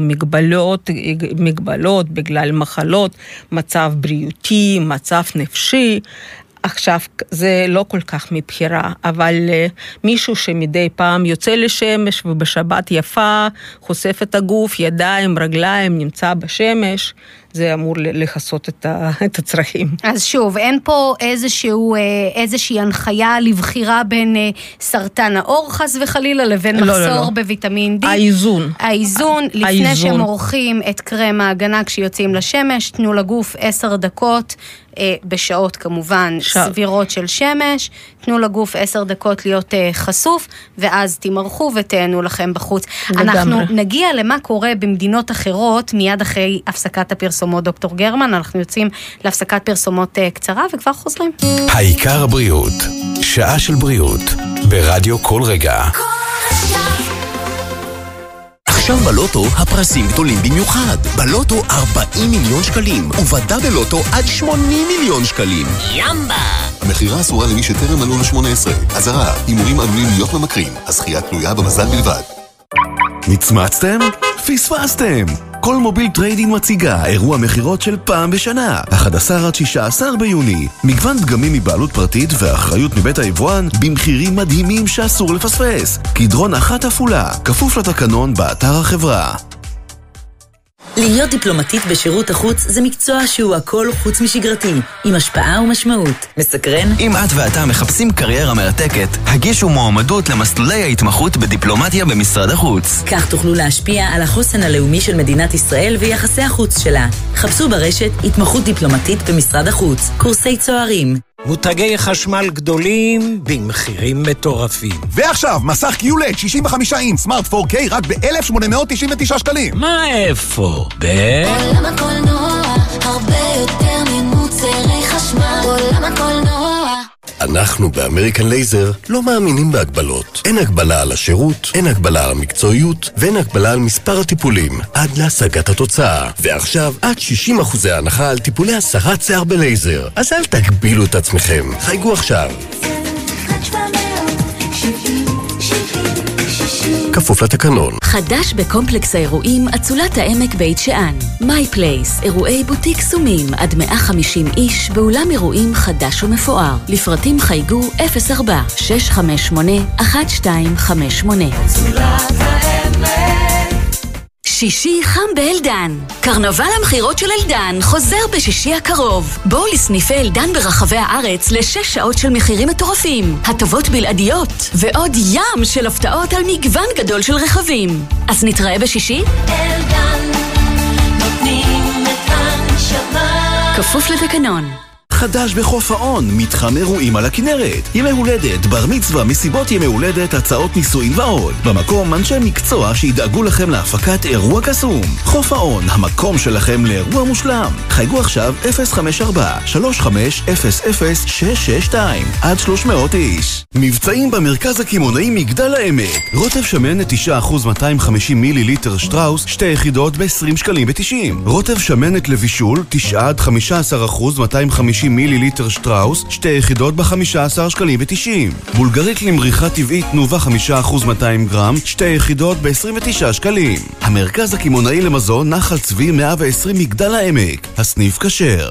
מגבלות, בגלל מחלות, מצב בריאותי, מצב נפשי, עכשיו, זה לא כל כך מבחירה, אבל מישהו שמדי פעם יוצא לשמש ובשבת יפה, חושף את הגוף, ידיים, רגליים, נמצא בשמש, זה אמור לחסות את הצרכים. אז שוב, אין פה איזושהי הנחיה לבחירה בין סרטן העור חס וחלילה לבין מחסור בוויטמין D. האיזון, לפני שהם עורכים את קרם ההגנה כשיוצאים לשמש, תנו לגוף 10 דקות, בשעות כמובן סבירות של שמש, תנו לגוף 10 דקות להיות חשוף, ואז תמרחו ותהנו לכם בחוץ. אנחנו נגיע למה קורה במדינות אחרות, מיד אחרי הפסקת הפרסומות, דוקטור גרמן, אנחנו יוצאים להפסקת פרסומות קצרה, וכבר חוזרים. העיקר הבריאות, שעה של בריאות, ברדיו כל רגע. עכשיו בלוטו הפרסים גדולים במיוחד. בלוטו 40 מיליון שקלים, ובדה בלוטו עד 80 מיליון שקלים. ימבה! המחירה אסורה למי שטרם מלאו ל-18. אזהרה, הימורים עלולים להיות ממכרים. הזכייה תלויה במזל בלבד. נצמצתם? פספסתם! כל מוביל טריידין מציגה אירוע מחירות של פעם בשנה, 11 עד 16 ביוני. מגוון דגמים מבעלות פרטית ואחריות מבית היבואן במחירים מדהימים שאסור לפספס. קדרון אחת אפולה, כפוף לתקנון באתר החברה. להיות דיפלומטית בשירות החוץ זה מקצוע שהוא הכל חוץ משגרתי, עם השפעה ומשמעות. מסקרן? אם את ואתה מחפשים קריירה מרתקת, הגישו מועמדות למסלולי ההתמחות בדיפלומטיה במשרד החוץ. כך תוכלו להשפיע על החוסן הלאומי של מדינת ישראל ויחסי החוץ שלה. חפשו ברשת התמחות דיפלומטית במשרד החוץ, קורסי צוערים. מותגי חשמל גדולים במחירים מטורפים. ועכשיו, מסך קיולט 65 אינץ' סמארט 4K רק ב-1,899 שקלים. מה איפה? עולם הקולנוע, הרבה יותר ממוצרי חשמל. עולם הקולנוע. אנחנו באמריקן לייזר לא מאמינים בהגבלות. אין הגבלה על השירות, אין הגבלה על המקצועיות, ואין הגבלה על מספר הטיפולים, עד להשגת התוצאה. ועכשיו, עד 60% הנחה על טיפולי הסרת שיער בלייזר. אז אל תגבילו את עצמכם. חייגו עכשיו. כפוף לתקנון. חדש בקומפלקס האירועים אצולת העמק בית שאן. My Place, אירועי בוטיק סומים עד 150 איש באולם אירועים חדש ומפואר. לפרטים חייגו 04-658-1258. אצולת העמק. שישי חם באלדן. קרנבל המחירות של אלדן חוזר בשישי הקרוב. בואו לסניפי אלדן ברחבי הארץ ל6 שעות של מחירים מטורפים, הטבות בלעדיות ועוד ים של הפתעות על מגוון גדול של רכבים. אז נתראה בשישי? אלדן נותנים את הנשמה. כפוף לתקנון. חדש בחוף האון, מתחם אירועים על הכנרת. ימי הולדת, בר מצווה, מסיבות ימי הולדת, הצעות נישואין ועוד. במקום אנשי מקצוע שידאגו לכם להפקת אירוע קסום. חוף האון, המקום שלכם לאירוע מושלם. חייגו עכשיו 054-3500-662 עד 300 איש. מבצעים במרכז הקמעונאי מגדל העמק. רוטב שמנת 9% 250 מיליליטר שטראוס, 2 יחידות ב-20 שקלים ב-90. רוטב שמנת לבישול 9-15% 250 מיליליטר שטראוס, 2 יחידות ב-15 שקלים ב-90. בולגרית למריחה טבעית תנובה 5% 200 גרם, 2 יחידות ב-29 שקלים. המרכז הקמעונאי למזון נחל צבי 120 מגדל העמק. הסניף כשר.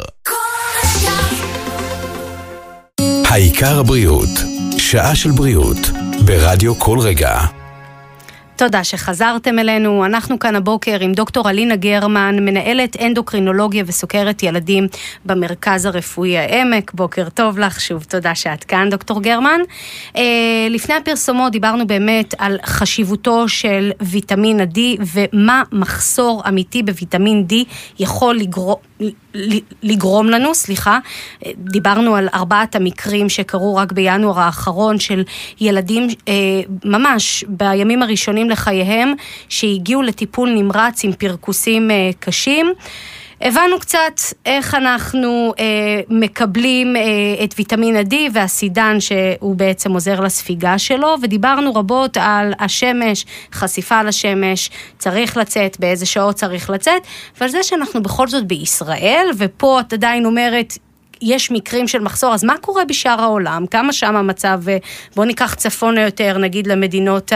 העיקר הבריאות, שעה של בריאות, ברדיו כל רגע. תודה שחזרתם אלינו. אנחנו כאן הבוקר עם דוקטור אלינה גרמן, מנהלת אנדוקרינולוגיה וסוכרת ילדים במרכז הרפואי העמק. בוקר טוב לך, שוב תודה שאת כאן דוקטור גרמן. לפני הפרסומות דיברנו באמת על חשיבותו של ויטמין D ומה מחסור אמיתי בוויטמין D יכול לגרום לנו, דיברנו על 4 המקרים שקרו רק בינואר האחרון של ילדים ממש בימים הראשונים לחייהם שהגיעו לטיפול נמרץ עם פרקוסים קשים. הבנו קצת איך אנחנו מקבלים את ויטמין D והסידן שהוא בעצם עוזר לספיגה שלו, ודיברנו רבות על השמש, חשיפה לשמש, צריך לצאת, באיזה שעות צריך לצאת, ועל זה שאנחנו בכל זאת בישראל, ופה את עדיין אומרת, יש מקרים של מחסור, אז מה קורה בשאר העולם? כמה שם המצב? בוא ניקח צפונה יותר, נגיד למדינות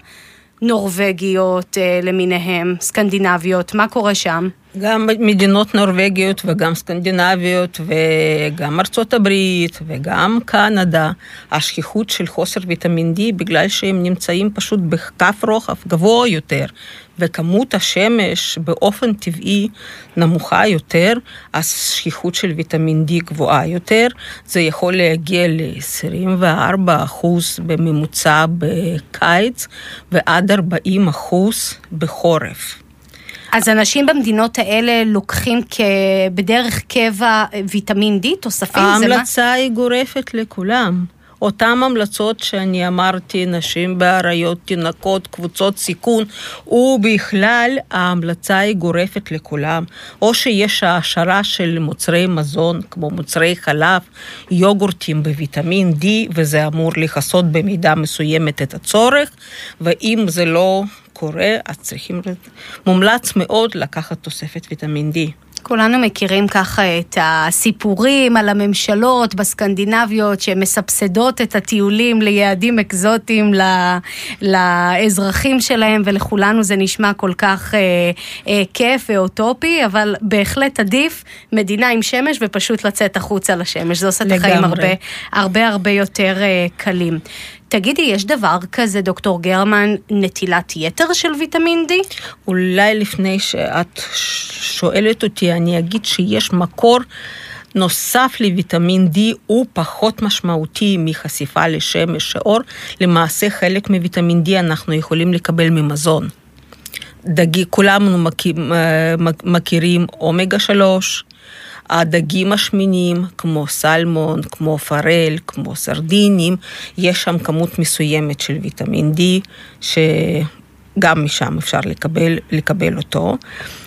הנורווגיות למיניהם, סקנדינביות, מה קורה שם? גם מדינות נורווגיות וגם סקנדינביות וגם ארצות הברית וגם קנדה, השכיחות של חוסר ויטמין D בגלל שהם נמצאים פשוט בכף רוחב גבוה יותר, וכמות השמש באופן טבעי נמוכה יותר, השכיחות של ויטמין D גבוהה יותר, זה יכול להגיע ל-24% בממוצע בקיץ ועד 40% בחורף. אז אנשים במדינות האלה לוקחים בדרך קבע ויטמין D, תוספים? ההמלצה היא גורפת לכולם. אותם המלצות שאני אמרתי, נשים בהיריון, תינוקות, קבוצות סיכון, ובכלל ההמלצה היא גורפת לכולם. או שיש העשרה של מוצרי מזון, כמו מוצרי חלב, יוגורטים בוויטמין D, וזה אמור לכסות במידה מסוימת את הצורך, ואם זה לא קורה, אז צריכים, מומלץ מאוד לקחת תוספת ויטמין D. כולנו מכירים ככה את הסיפורים על הממשלות בסקנדינביות שמסבסדות את הטיולים ליעדים אקזוטיים לאזרחים שלהם, ולכולנו זה נשמע כל כך כיף ואוטופי, אבל בהחלט עדיף מדינה עם שמש ופשוט לצאת החוצה לשמש. זה עושה את החיים הרבה יותר קלים. תגידי, יש דבר כזה, דוקטור גרמן, נטילת יתר של ויטמין D? אולי לפני שאת שואלת אותי, אני אגיד שיש מקור נוסף לויטמין D, הוא פחות משמעותי מחשיפה לשמש האור. למעשה חלק מויטמין D אנחנו יכולים לקבל ממזון. כולנו מכירים אומגה 3, הדגים השמינים, כמו סלמון, כמו פרל, כמו סרדינים, יש שם כמות מסוימת של ויטמין D, שגם משם אפשר לקבל אותו.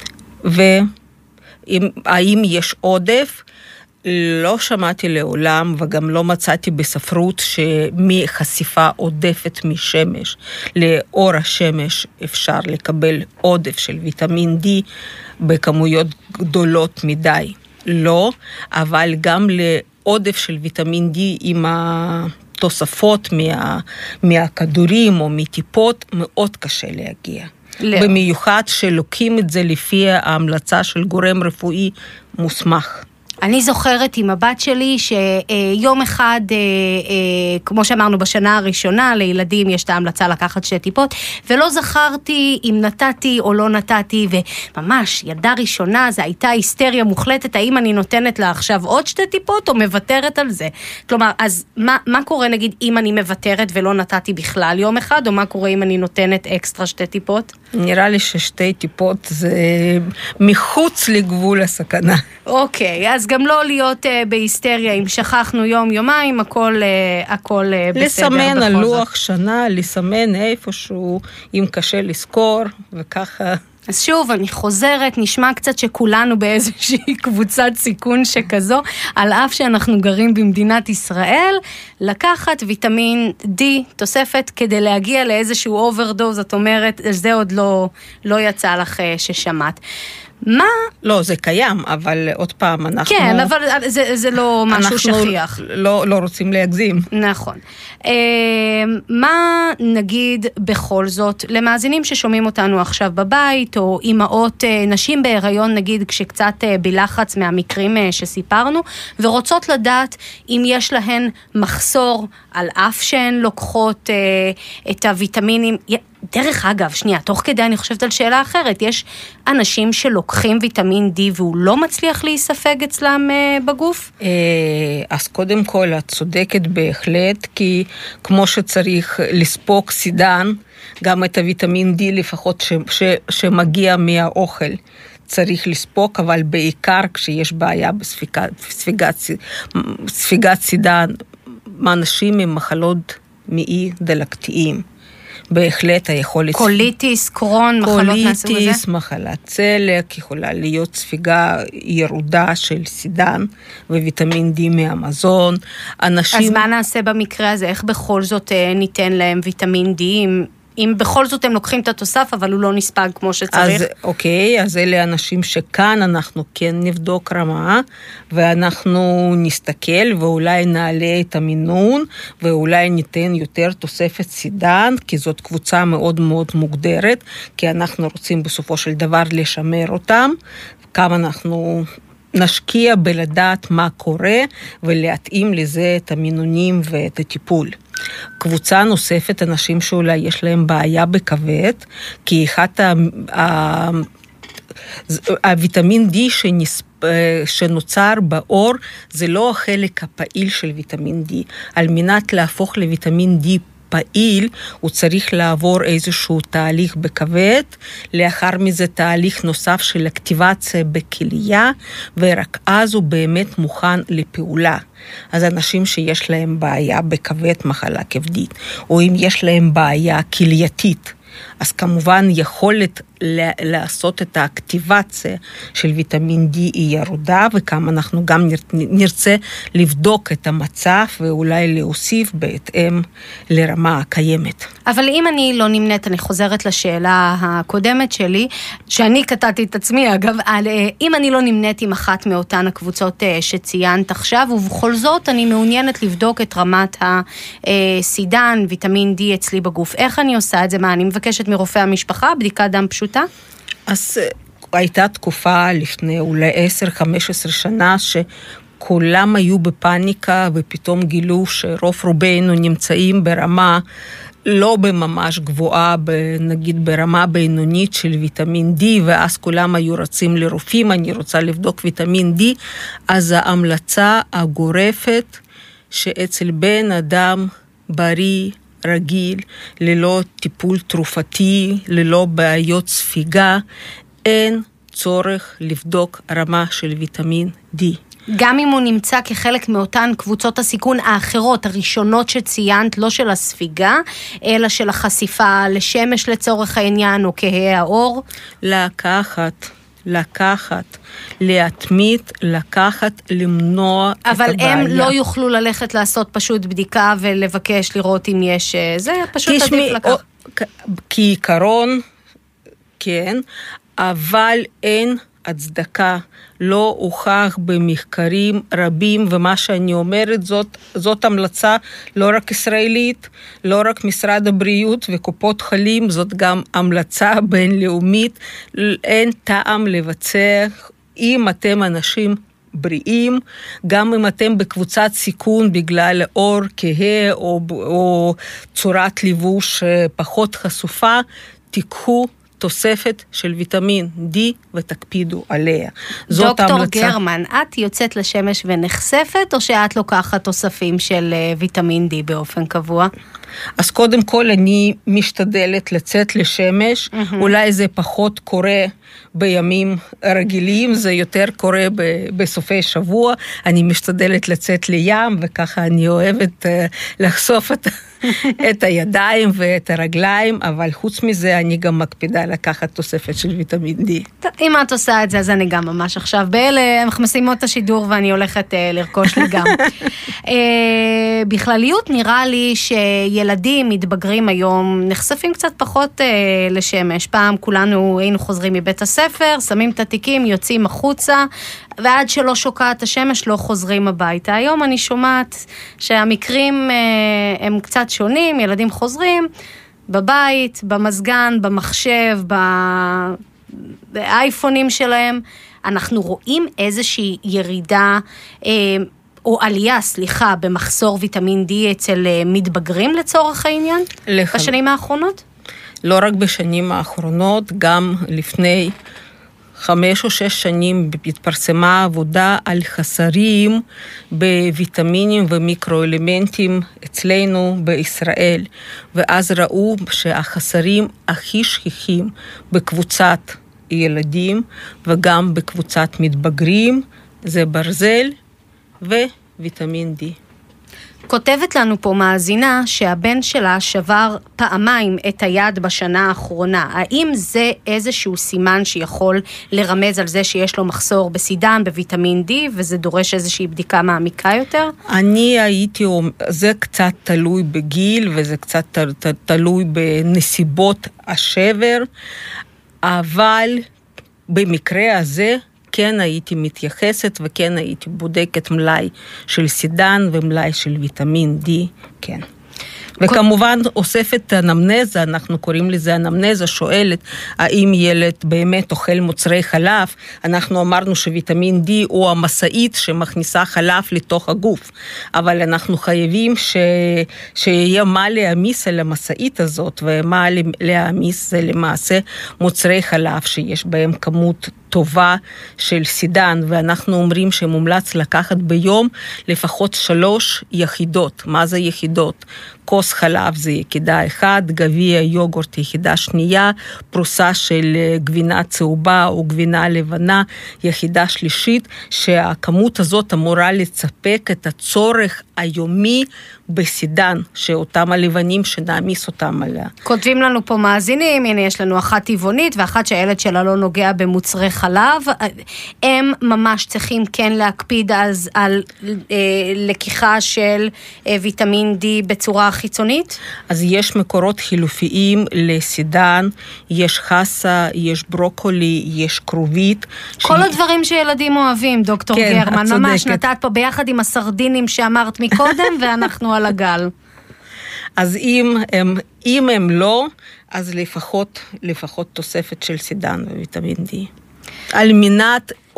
והאם יש עודף? לא שמעתי לעולם וגם לא מצאתי בספרות שמחשיפה עודפת משמש לאור השמש אפשר לקבל עודף של ויטמין D בכמויות גדולות מדי. לא, אבל גם לעודף של ויטמין D עם התוספות מהכדורים או מטיפות מאוד קשה להגיע. במיוחד שלוקחים את זה לפי ההמלצה של גורם רפואי מוסמך. אני זוכרת עם הבת שלי שיום אחד, כמו שאמרנו בשנה הראשונה, לילדים יש את ההמלצה לקחת 2 טיפות, ולא זכרתי אם נתתי או לא נתתי, וממש ילדה ראשונה, זה הייתה היסטריה מוחלטת, האם אני נותנת לה עכשיו עוד 2 טיפות או מבטרת על זה? כלומר, אז מה קורה נגיד אם אני מבטרת ולא נתתי בכלל יום אחד, או מה קורה אם אני נותנת אקסטרה 2 טיפות? נראה לי ש2 טיפות זה מחוץ לגבול הסכנה. אוקיי, אז גם לא להיות בהיסטריה, אם שכחנו יום-יומיים, הכל בסדר. לסמן על לוח שנה, לסמן איפשהו, אם קשה לזכור, וככה. אז שוב, אני חוזרת, נשמע קצת שכולנו באיזושהי קבוצת סיכון שכזו, על אף שאנחנו גרים במדינת ישראל, לקחת ויטמין D תוספת כדי להגיע לאיזשהו אוברדוז, זאת אומרת, זה עוד לא יצא לך ששמעת. מה? לא, זה קיים, אבל עוד פעם אנחנו... כן, אבל זה לא משהו שכיח. לא רוצים להגזים. נכון. מה נגיד בכל זאת, למאזינים ששומעים אותנו עכשיו בבית, או אימהות, נשים בהיריון, נגיד, כשקצת בלחץ מהמקרים שסיפרנו, ורוצות לדעת אם יש להן מחסור, על אף שהן לוקחות את הוויטמינים... דרך אגב, שנייה, תוך כדי אני חושבת על שאלה אחרת, יש אנשים שלוקחים ויטמין D והוא לא מצליח להיספג אצלם בגוף? אז קודם כל, את צודקת בהחלט, כי כמו שצריך לספוק סידן, גם את הוויטמין D לפחות שמגיע מהאוכל, צריך לספוק, אבל בעיקר כשיש בעיה בספיגת סידן, אנשים עם מחלות מעי דלקתיים. בהחלט היכולת... קוליטיס, קרון, מחלות מהסוג הזה? קוליטיס, מחלת צלק, יכולה להיות ספיגה ירודה של סידן וויטמין D מהמזון. אנשים... אז מה נעשה במקרה הזה? איך בכל זאת ניתן להם ויטמין D אם בכל זאת הם לוקחים את התוסף, אבל הוא לא נספג כמו שצריך? אז אוקיי, אז אלה אנשים שכאן אנחנו כן נבדוק רמה, ואנחנו נסתכל, ואולי נעלה את המינון, ואולי ניתן יותר תוספת סידן, כי זאת קבוצה מאוד מאוד מוגדרת, כי אנחנו רוצים בסופו של דבר לשמר אותם, כמה אנחנו... נשקיע בלדעת מה קורה, ולהתאים לזה את המינונים ואת הטיפול. קבוצה נוספת, אנשים שאולי יש להם בעיה בכבד, כי הוויטמין D שנוצר באור, זה לא החלק הפעיל של ויטמין D. על מנת להפוך לויטמין D פעיל, הוא צריך לעבור איזשהו תהליך בכבד, לאחר מזה תהליך נוסף של אקטיבציה בכליה, ורק אז הוא באמת מוכן לפעולה. אז אנשים שיש להם בעיה בכבד, מחלה כבדית, או אם יש להם בעיה כלייתית, אז כמובן יכולת לעשות את האקטיבציה של ויטמין D היא ירודה, וכמה אנחנו גם נרצה לבדוק את המצב, ואולי להוסיף בהתאם לרמה הקיימת. אבל אם אני לא נמנית, אני חוזרת לשאלה הקודמת שלי, שאני קטעתי את עצמי, אגב, אם אני לא נמנית עם אחת מאותן הקבוצות שציינת עכשיו, ובכל זאת אני מעוניינת לבדוק את רמת הסידן, ויטמין D אצלי בגוף. איך אני עושה את זה? מה, אני מבקשת מרופא המשפחה, בדיקת דם פשוטה? אז הייתה תקופה לפני אולי 10-15 שנה כולם היו בפאניקה, ופתאום גילו שרוב רובנו נמצאים ברמה לא בממש גבוהה, נגיד ברמה בינונית של ויטמין D, ואז כולם היו רצים לרופאים, אני רוצה לבדוק ויטמין D, אז ההמלצה הגורפת שאצל בן אדם בריא, רגיל, ללא טיפול תרופתי, ללא בעיות ספיגה, אין צורך לבדוק רמה של ויטמין D. גם אם הוא נמצא כחלק מאותן קבוצות הסיכון האחרות, הראשונות שציינת, לא של הספיגה, אלא של החשיפה לשמש לצורך העניין, או כהי האור? לקחת, להתמיד, למנוע את הבעיה. אבל הם לא יוכלו ללכת לעשות פשוט בדיקה ולבקש לראות אם יש זה, פשוט עדיף לקחת. כעיקרון, כן, אבל אין הצדקה, לא הוכח במחקרים רבים, ומה שאני אומרת זאת המלצה לא רק ישראלית, לא רק משרד הבריאות וקופות חולים, זאת גם המלצה בינלאומית, אין טעם לבצע אם אתם אנשים בריאים, גם אם אתם בקבוצת סיכון בגלל אור כהה או צורת לבוש פחות חשופה, תיקחו תוספת של ויטמין D ותקפידו עליה. דוקטור גרמן, את יוצאת לשמש ונחשפת, או שאת לוקחת תוספים של ויטמין D באופן קבוע? אז קודם כל אני משתדלת לצאת לשמש, אולי זה פחות קורה בימים רגילים, זה יותר קורה בסופי שבוע, אני משתדלת לצאת לים, וככה אני אוהבת לחשוף את הידיים ואת הרגליים, אבל חוץ מזה אני גם מקפידה לקחת תוספת של ויטמין D. אם את עושה את זה, אז אני גם ממש עכשיו באלה, אנחנו מסיימות את השידור ואני הולכת לרכוש לי גם. בכלליות נראה לי שילדים מתבגרים היום, נחשפים קצת פחות לשמש. פעם כולנו היינו חוזרים מבית הספר, שמים את התיקים, יוצאים החוצה, ועד שלא שוקעת השמש לא חוזרים הביתה. היום אני שומעת שהמקרים הם קצת שונים, ילדים חוזרים בבית, במזגן, במחשב, באייפונים שלהם. אנחנו רואים איזושהי ירידה, או עלייה, במחסור ויטמין D אצל מתבגרים לצורך העניין? בשנים האחרונות? לא רק בשנים האחרונות, גם לפני 5 או 6 שנים התפרסמה עבודה על חסרים בוויטמינים ומיקרואלמנטים אצלנו בישראל, ואז ראו שהחסרים הכי שכיחים בקבוצת ילדים וגם בקבוצת מתבגרים זה ברזל וויטמין D. כותבת לנו פה מאזינה שהבן שלה שבר פעמיים את היד בשנה האחרונה. האם זה איזשהו סימן שיכול לרמז על זה שיש לו מחסור בסידן, בוויטמין D, וזה דורש איזושהי בדיקה מעמיקה יותר? אני הייתי, זה קצת תלוי בגיל, וזה קצת תלוי בנסיבות השבר, אבל במקרה הזה כן הייתי מתייחסת וכן הייתי בודקת מלאי של סידן ומלאי של ויטמין D, כן. וכמובן אוספת אנמנזה, אנחנו קוראים לזה אנמנזה, שואלת האם ילד באמת אוכל מוצרי חלב, אנחנו אמרנו שוויטמין D הוא המסעית שמכניסה חלב לתוך הגוף, אבל אנחנו חייבים שיהיה מה להעמיס על המסעית הזאת, ומה להעמיס זה למעשה מוצרי חלב שיש בהם כמות טובה של סידן, ואנחנו אומרים שמומלץ לקחת ביום לפחות 3 יחידות. מה זה יחידות? כוס חלב זה יחידה 1, גביע יוגורט יחידה 2, פרוסה של גבינה צהובה או גבינה לבנה יחידה 3, שהכמות הזאת אמורה לספק את הצורך היומי בסידן, שאותם הלבנים שנעמיס אותם עליה. כותבים לנו פה מאזינים, הנה יש לנו אחת טבעונית ואחת שהילד שלה לא נוגע במוצרי חלב, הם ממש צריכים כן להקפיד אז על לקיחה של ויטמין D בצורה חיצונית? אז יש מקורות חילופיים לסידן, יש חסה, יש ברוקולי, יש כרובית. כל הדברים שילדים אוהבים, דוקטור גרמן, ממש נתת פה ביחד עם הסרדינים שאמרת מקודם, ואנחנו על הגל. אז אם הם לא, אז לפחות תוספת של סידן וויטמין D. על מנת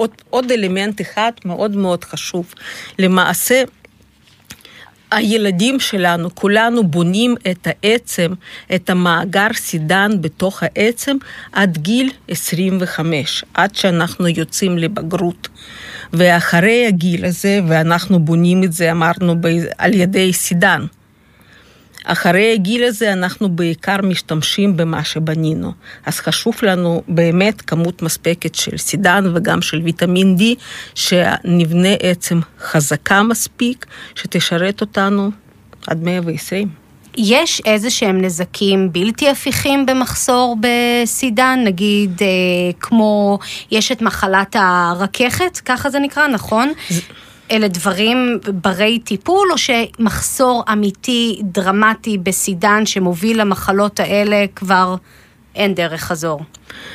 עוד אלמנט אחד מאוד מאוד חשוב. למעשה, הילדים שלנו, כולנו בונים את העצם, את המאגר סידן בתוך העצם, עד גיל 25, עד שאנחנו יוצאים לבגרות. ואחרי הגיל הזה, ואנחנו בונים את זה, אמרנו, על ידי סידן. אחרי הגיל הזה אנחנו בעיקר משתמשים במה שבנינו. אז חשוב לנו באמת כמות מספקת של סידן וגם של ויטמין D, שנבנה עצם חזקה מספיק, שתשרת אותנו עד 120. יש איזה שהם נזקים בלתי הפיכים במחסור בסידן, נגיד כמו יש את מחלת הרככת, ככה זה נקרא, נכון? אלה דברים ברי טיפול, או שמחסור אמיתי, דרמטי בסידן שמוביל למחלות האלה כבר אין דרך חזור?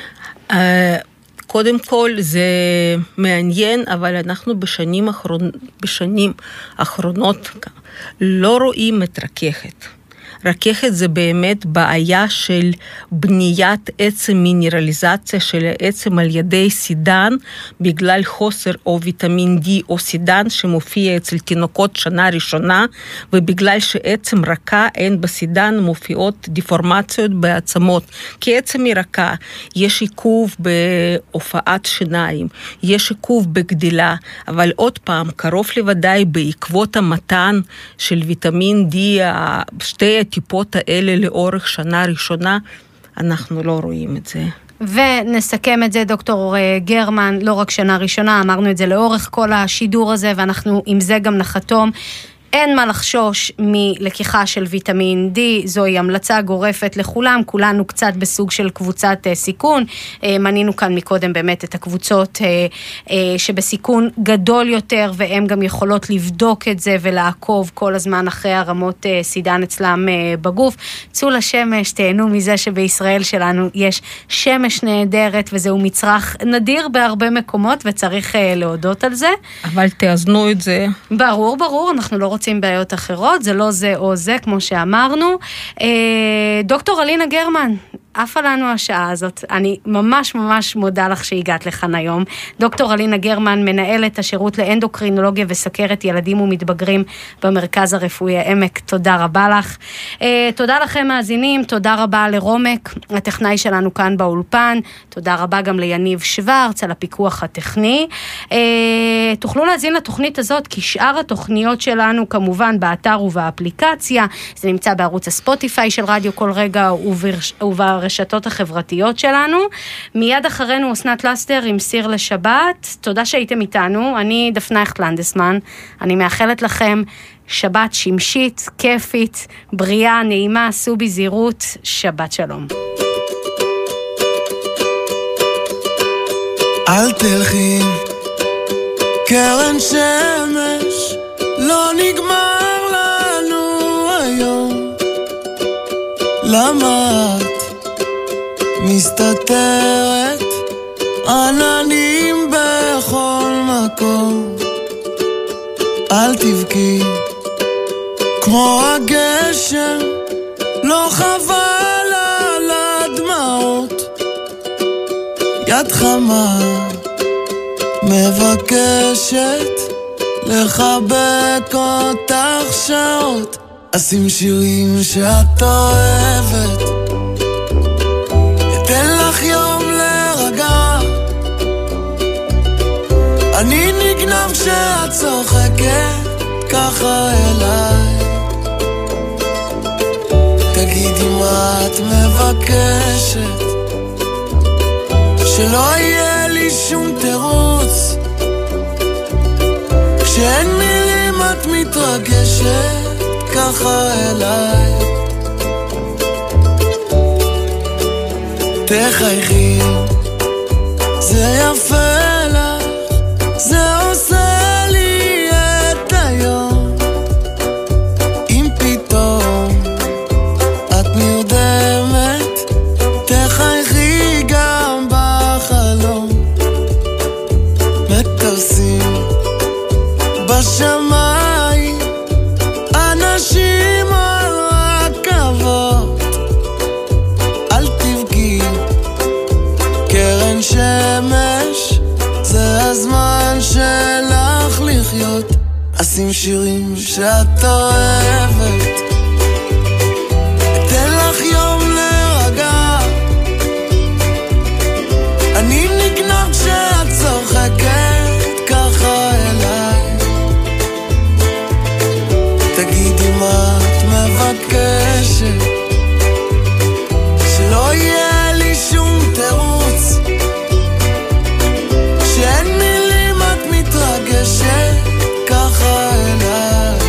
קודם כל זה מעניין, אבל אנחנו בשנים האחרונות לא רואים את רככת. רככת זה באמת בעיה של בניית עצם, מינרליזציה של העצם על ידי סידן, בגלל חוסר או ויטמין D או סידן שמופיע אצל תינוקות שנה ראשונה, ובגלל שעצם רכה אין בסידן מופיעות דיפורמציות בעצמות, כי עצם היא רכה, יש עיכוב בהופעת שיניים, יש עיכוב בגדילה, אבל עוד פעם, קרוב לוודאי בעקבות המתן של ויטמין D, שתי הטיפות האלה לאורך שנה ראשונה, אנחנו לא רואים את זה. ונסכם את זה, דוקטור גרמן, לא רק שנה ראשונה, אמרנו את זה לאורך כל השידור הזה, ואנחנו עם זה גם נחתום. אין מה לחשוש מלקיחה של ויטמין D, זוהי המלצה גורפת לכולם, כולנו קצת בסוג של קבוצת סיכון, מנינו כאן מקודם באמת את הקבוצות שבסיכון גדול יותר, והן גם יכולות לבדוק את זה ולעקוב כל הזמן אחרי הרמות סידן אצלם בגוף. צאו לשמש, תהנו מזה שבישראל שלנו יש שמש נהדרת, וזהו מצרך נדיר בהרבה מקומות, וצריך להודות על זה. אבל תאזנו את זה. ברור, אנחנו לא רוצים בעיות אחרות, זה לא זה או זה, כמו שאמרנו. דוקטור אלינה גרמן, עפה לנו השעה הזאת. אני ממש מודה לך שהגעת לכאן היום. דוקטור אלינה גרמן, מנהלת השירות לאנדוקרינולוגיה וסכרת ילדים ומתבגרים במרכז הרפואי העמק. תודה רבה לך. תודה לכם מאזינים, תודה רבה לרומק, הטכנאי שלנו כאן באולפן. תודה רבה גם ליניב שוורץ על הפיקוח הטכני. תוכלו להזין לתוכנית הזאת, כי שאר התוכניות שלנו כמובן באתר ובאפליקציה. זה נמצא בערוץ הספוטיפיי של רדיו כל רגע וברשתות החברתיות שלנו. מיד אחרינו אסנת לסטר עם סיר לשבת. תודה שהייתם איתנו. אני דפנה הכט-לנדסמן. אני מאחלת לכם שבת שמשית, כיפית, בריאה, נעימה, עשו בזהירות. שבת שלום. אל תלכי קרן שמש, לא נגמר לנו היום. למה את מסתתרת עננים בכל מקום? אל תבכי כמו הגשם, לא חבל על הדמעות. יד חמה מבקשת לחבק אותך שעות. אשים שירים שאת אוהבת, אתן לך יום לרגע. אני נגנב כשאת צוחקת ככה אליי. תגידי מה את מבקשת, שלא יהיה לי שום תירוץ. כשאין מילים את מתרגשת ככה אליי. תחייכי, זה יפה לך, זה עושה לי את היום. אם פתאום את נרדמת, תחייכי גם בחלום. מטוסים בשמיים, אנשים על רכבות. אל תבכי קשה לך לחיות, אז עם שירים שאת אוהבת, אתן לך יום להירגע, אני נגנב כשאת צוחקת ככה אליי, תגידי מה את מבקשת, שלא יהיה לי שום תירוץ, שאין מילים את מתרגשת ככה אליי.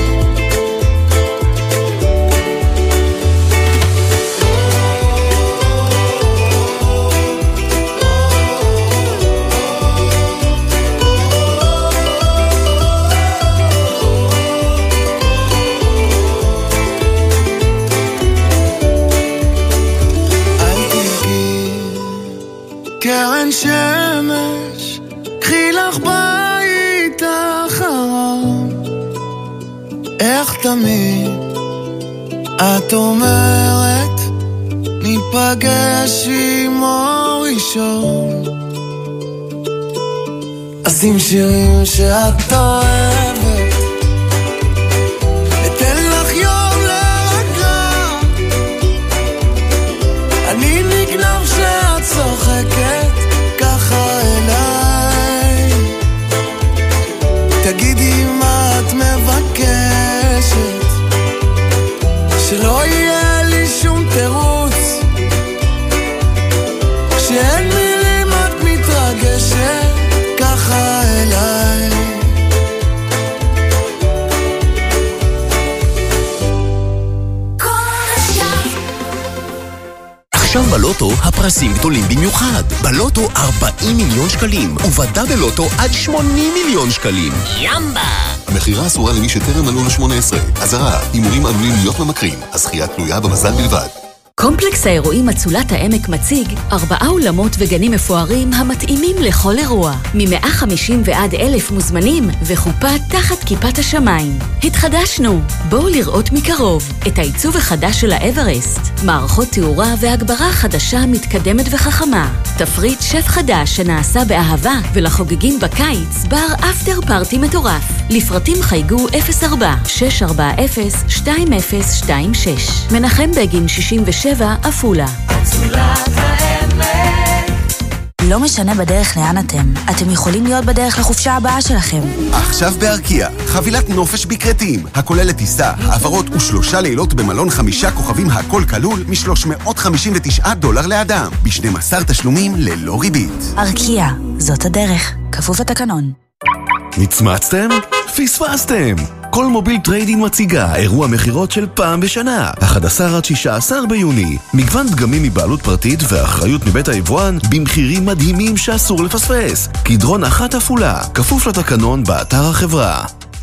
קרן שמש, קחי לך בית אחרון, איך תמיד את אומרת, ניפגש עם אור ראשון, אז עם שירים שאת אוהבת, אתן לך יום להירגע, אני נגנב שאת צוחקת ככה אליי, תגידי מה את מבקשת, שלא יהיה לי שום תירוץ, שאין מילים את מתרגשת ככה אליי. עכשיו בלוטו הפרסים גדולים במיוחד. בלוטו 40 מיליון שקלים, ובדאבל לוטו עד 80 מיליון שקלים. ימבה! המחירה אסורה למי שטרם מלאו לו 18. אזהרה, הימורים עלולים להיות ממכרים. הזכייה תלויה במזל בלבד. קומפלקס האירועים מצולת העמק מציג 4 אולמות וגנים מפוארים המתאימים לכל אירוע. מ-150 ועד 1,000 מוזמנים וחופה תחת כיפת השמיים. התחדשנו. בואו לראות מקרוב את העיצוב החדש של האברסט. מערכות תאורה והגברה חדשה מתקדמת וחכמה. תפריט שף חדש שנעשה באהבה, ולחוגגים בקיץ בר אפטר פארטי מטורף. לפרטים חייגו 04-640-2026. מנחם בגין 67 אפולה. לא משנה בדרך לאן אתם יכולים להיות בדרך לחופשה הבאה שלכם. עכשיו בארקיע, חבילת נופש בקרטים, הכוללת טיסה, העברות ו3 לילות במלון 5 כוכבים הכל כלול $359 לאדם, ב12 תשלומים ללא ריבית. ארקיע, זאת הדרך, כפוף לתקנון. נצמצתם? פספסתם! כל מוביל טריידין מציגה אירוע מחירות של פעם בשנה, 11 עד 16 ביוני. מגוון דגמים מבעלות פרטית ואחריות מבית היבואן במחירים מדהימים שאסור לפספס. קדרון אחת אפולה, כפוף לתקנון באתר החברה.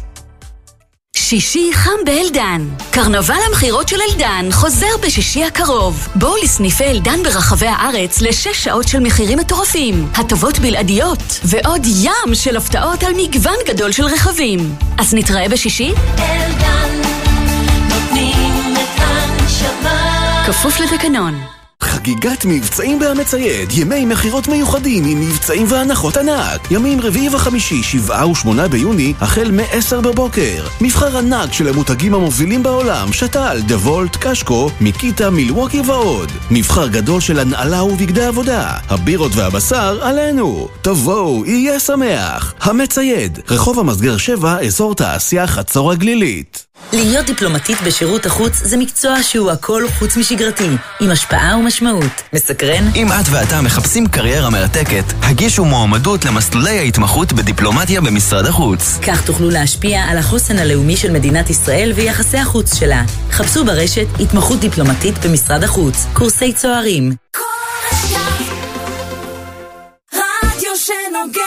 שישי חם באלדן. קרנבל המחירות של אלדן חוזר בשישי הקרוב. בואו לסניפי אלדן ברחבי הארץ ל6 שעות של מחירים מטורפים, הטבות בלעדיות ועוד ים של הפתעות על מגוון גדול של רכבים. אז נתראה בשישי? אלדן נותנים את הנשמה, כפוף לתקנון. חגיגת מבצעים בהמצייד, ימי מחירות מיוחדים עם מבצעים והנחות ענק. ימים רביעי וחמישי, 7 ו8 ביוני, החל מ-10 בבוקר. מבחר ענק של המותגים המובילים בעולם, שטל, דוולט, קשקו, מיקיטה, מילווקי ועוד. מבחר גדול של הנעלה ובגדי עבודה. הבירות והבשר עלינו. תבואו, יהיה שמח. המצייד, רחוב המסגר 7, אזור תעשייה חצור הגלילית. להיות דיפלומטית בשירות החוץ זה מקצוע שהוא הכל חוץ משגרתי, עם השפעה ומשמעות. מסקרן? אם את ואתה מחפשים קריירה מרתקת, הגישו מועמדות למסלולי ההתמחות בדיפלומטיה במשרד החוץ. כך תוכלו להשפיע על החוסן הלאומי של מדינת ישראל ויחסי החוץ שלה. חפשו ברשת התמחות דיפלומטית במשרד החוץ, קורסי צוערים. רדיו שנוגע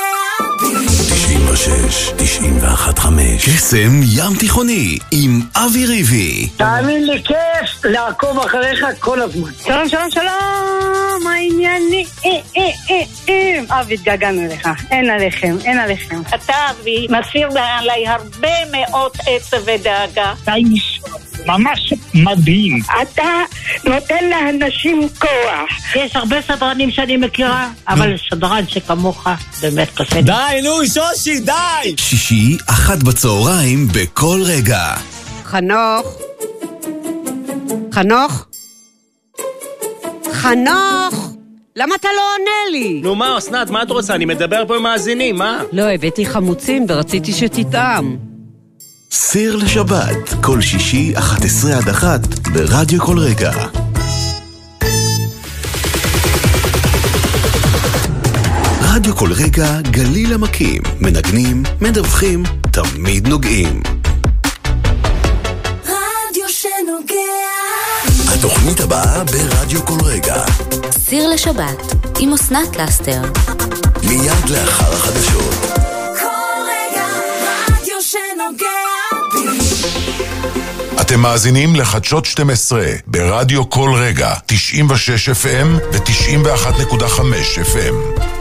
96-91-5 קסם ים תיכוני עם אבי ריבי. תאמין לי, כיף לעקוב אחריך כל הזמן. שלום, שלום, שלום, מה הענייני? אבי, התגעגענו לך, אין עליכם, אין עליכם. אתה, אבי, מסיר עליי הרבה מאוד עצב ודאגה. די נשמע, ממש מדהים. אתה נותן לאנשים כוח. יש הרבה סדרנים שאני מכירה, אבל סדרן שכמוך באמת קשה. די, נו, שושי, די! שישי, 1 בצהריים, בכל רגע. חנוך? חנוך? חנוך! למה אתה לא עונה לי? נו מה, אסנת, מה את רוצה? אני מדבר פה עם מאזינים, מה? לא, הבאתי חמוצים ורציתי שתטעם. סיר לשבת, כל שישי 11-1 ברדיו כל רגע. רדיו כל רגע, גליל המקים, מנגנים, מדווחים, תמיד נוגעים. רדיו שנוגע. התוכנית הבאה ברדיו כל רגע. סיר לשבת, עם אסנת לסטר. מיד לאחר החדשות. כל רגע, רדיו שנוגע. אתם מאזינים לחדשות 12 ברדיו כל רגע, 96 FM ו-91.5 FM.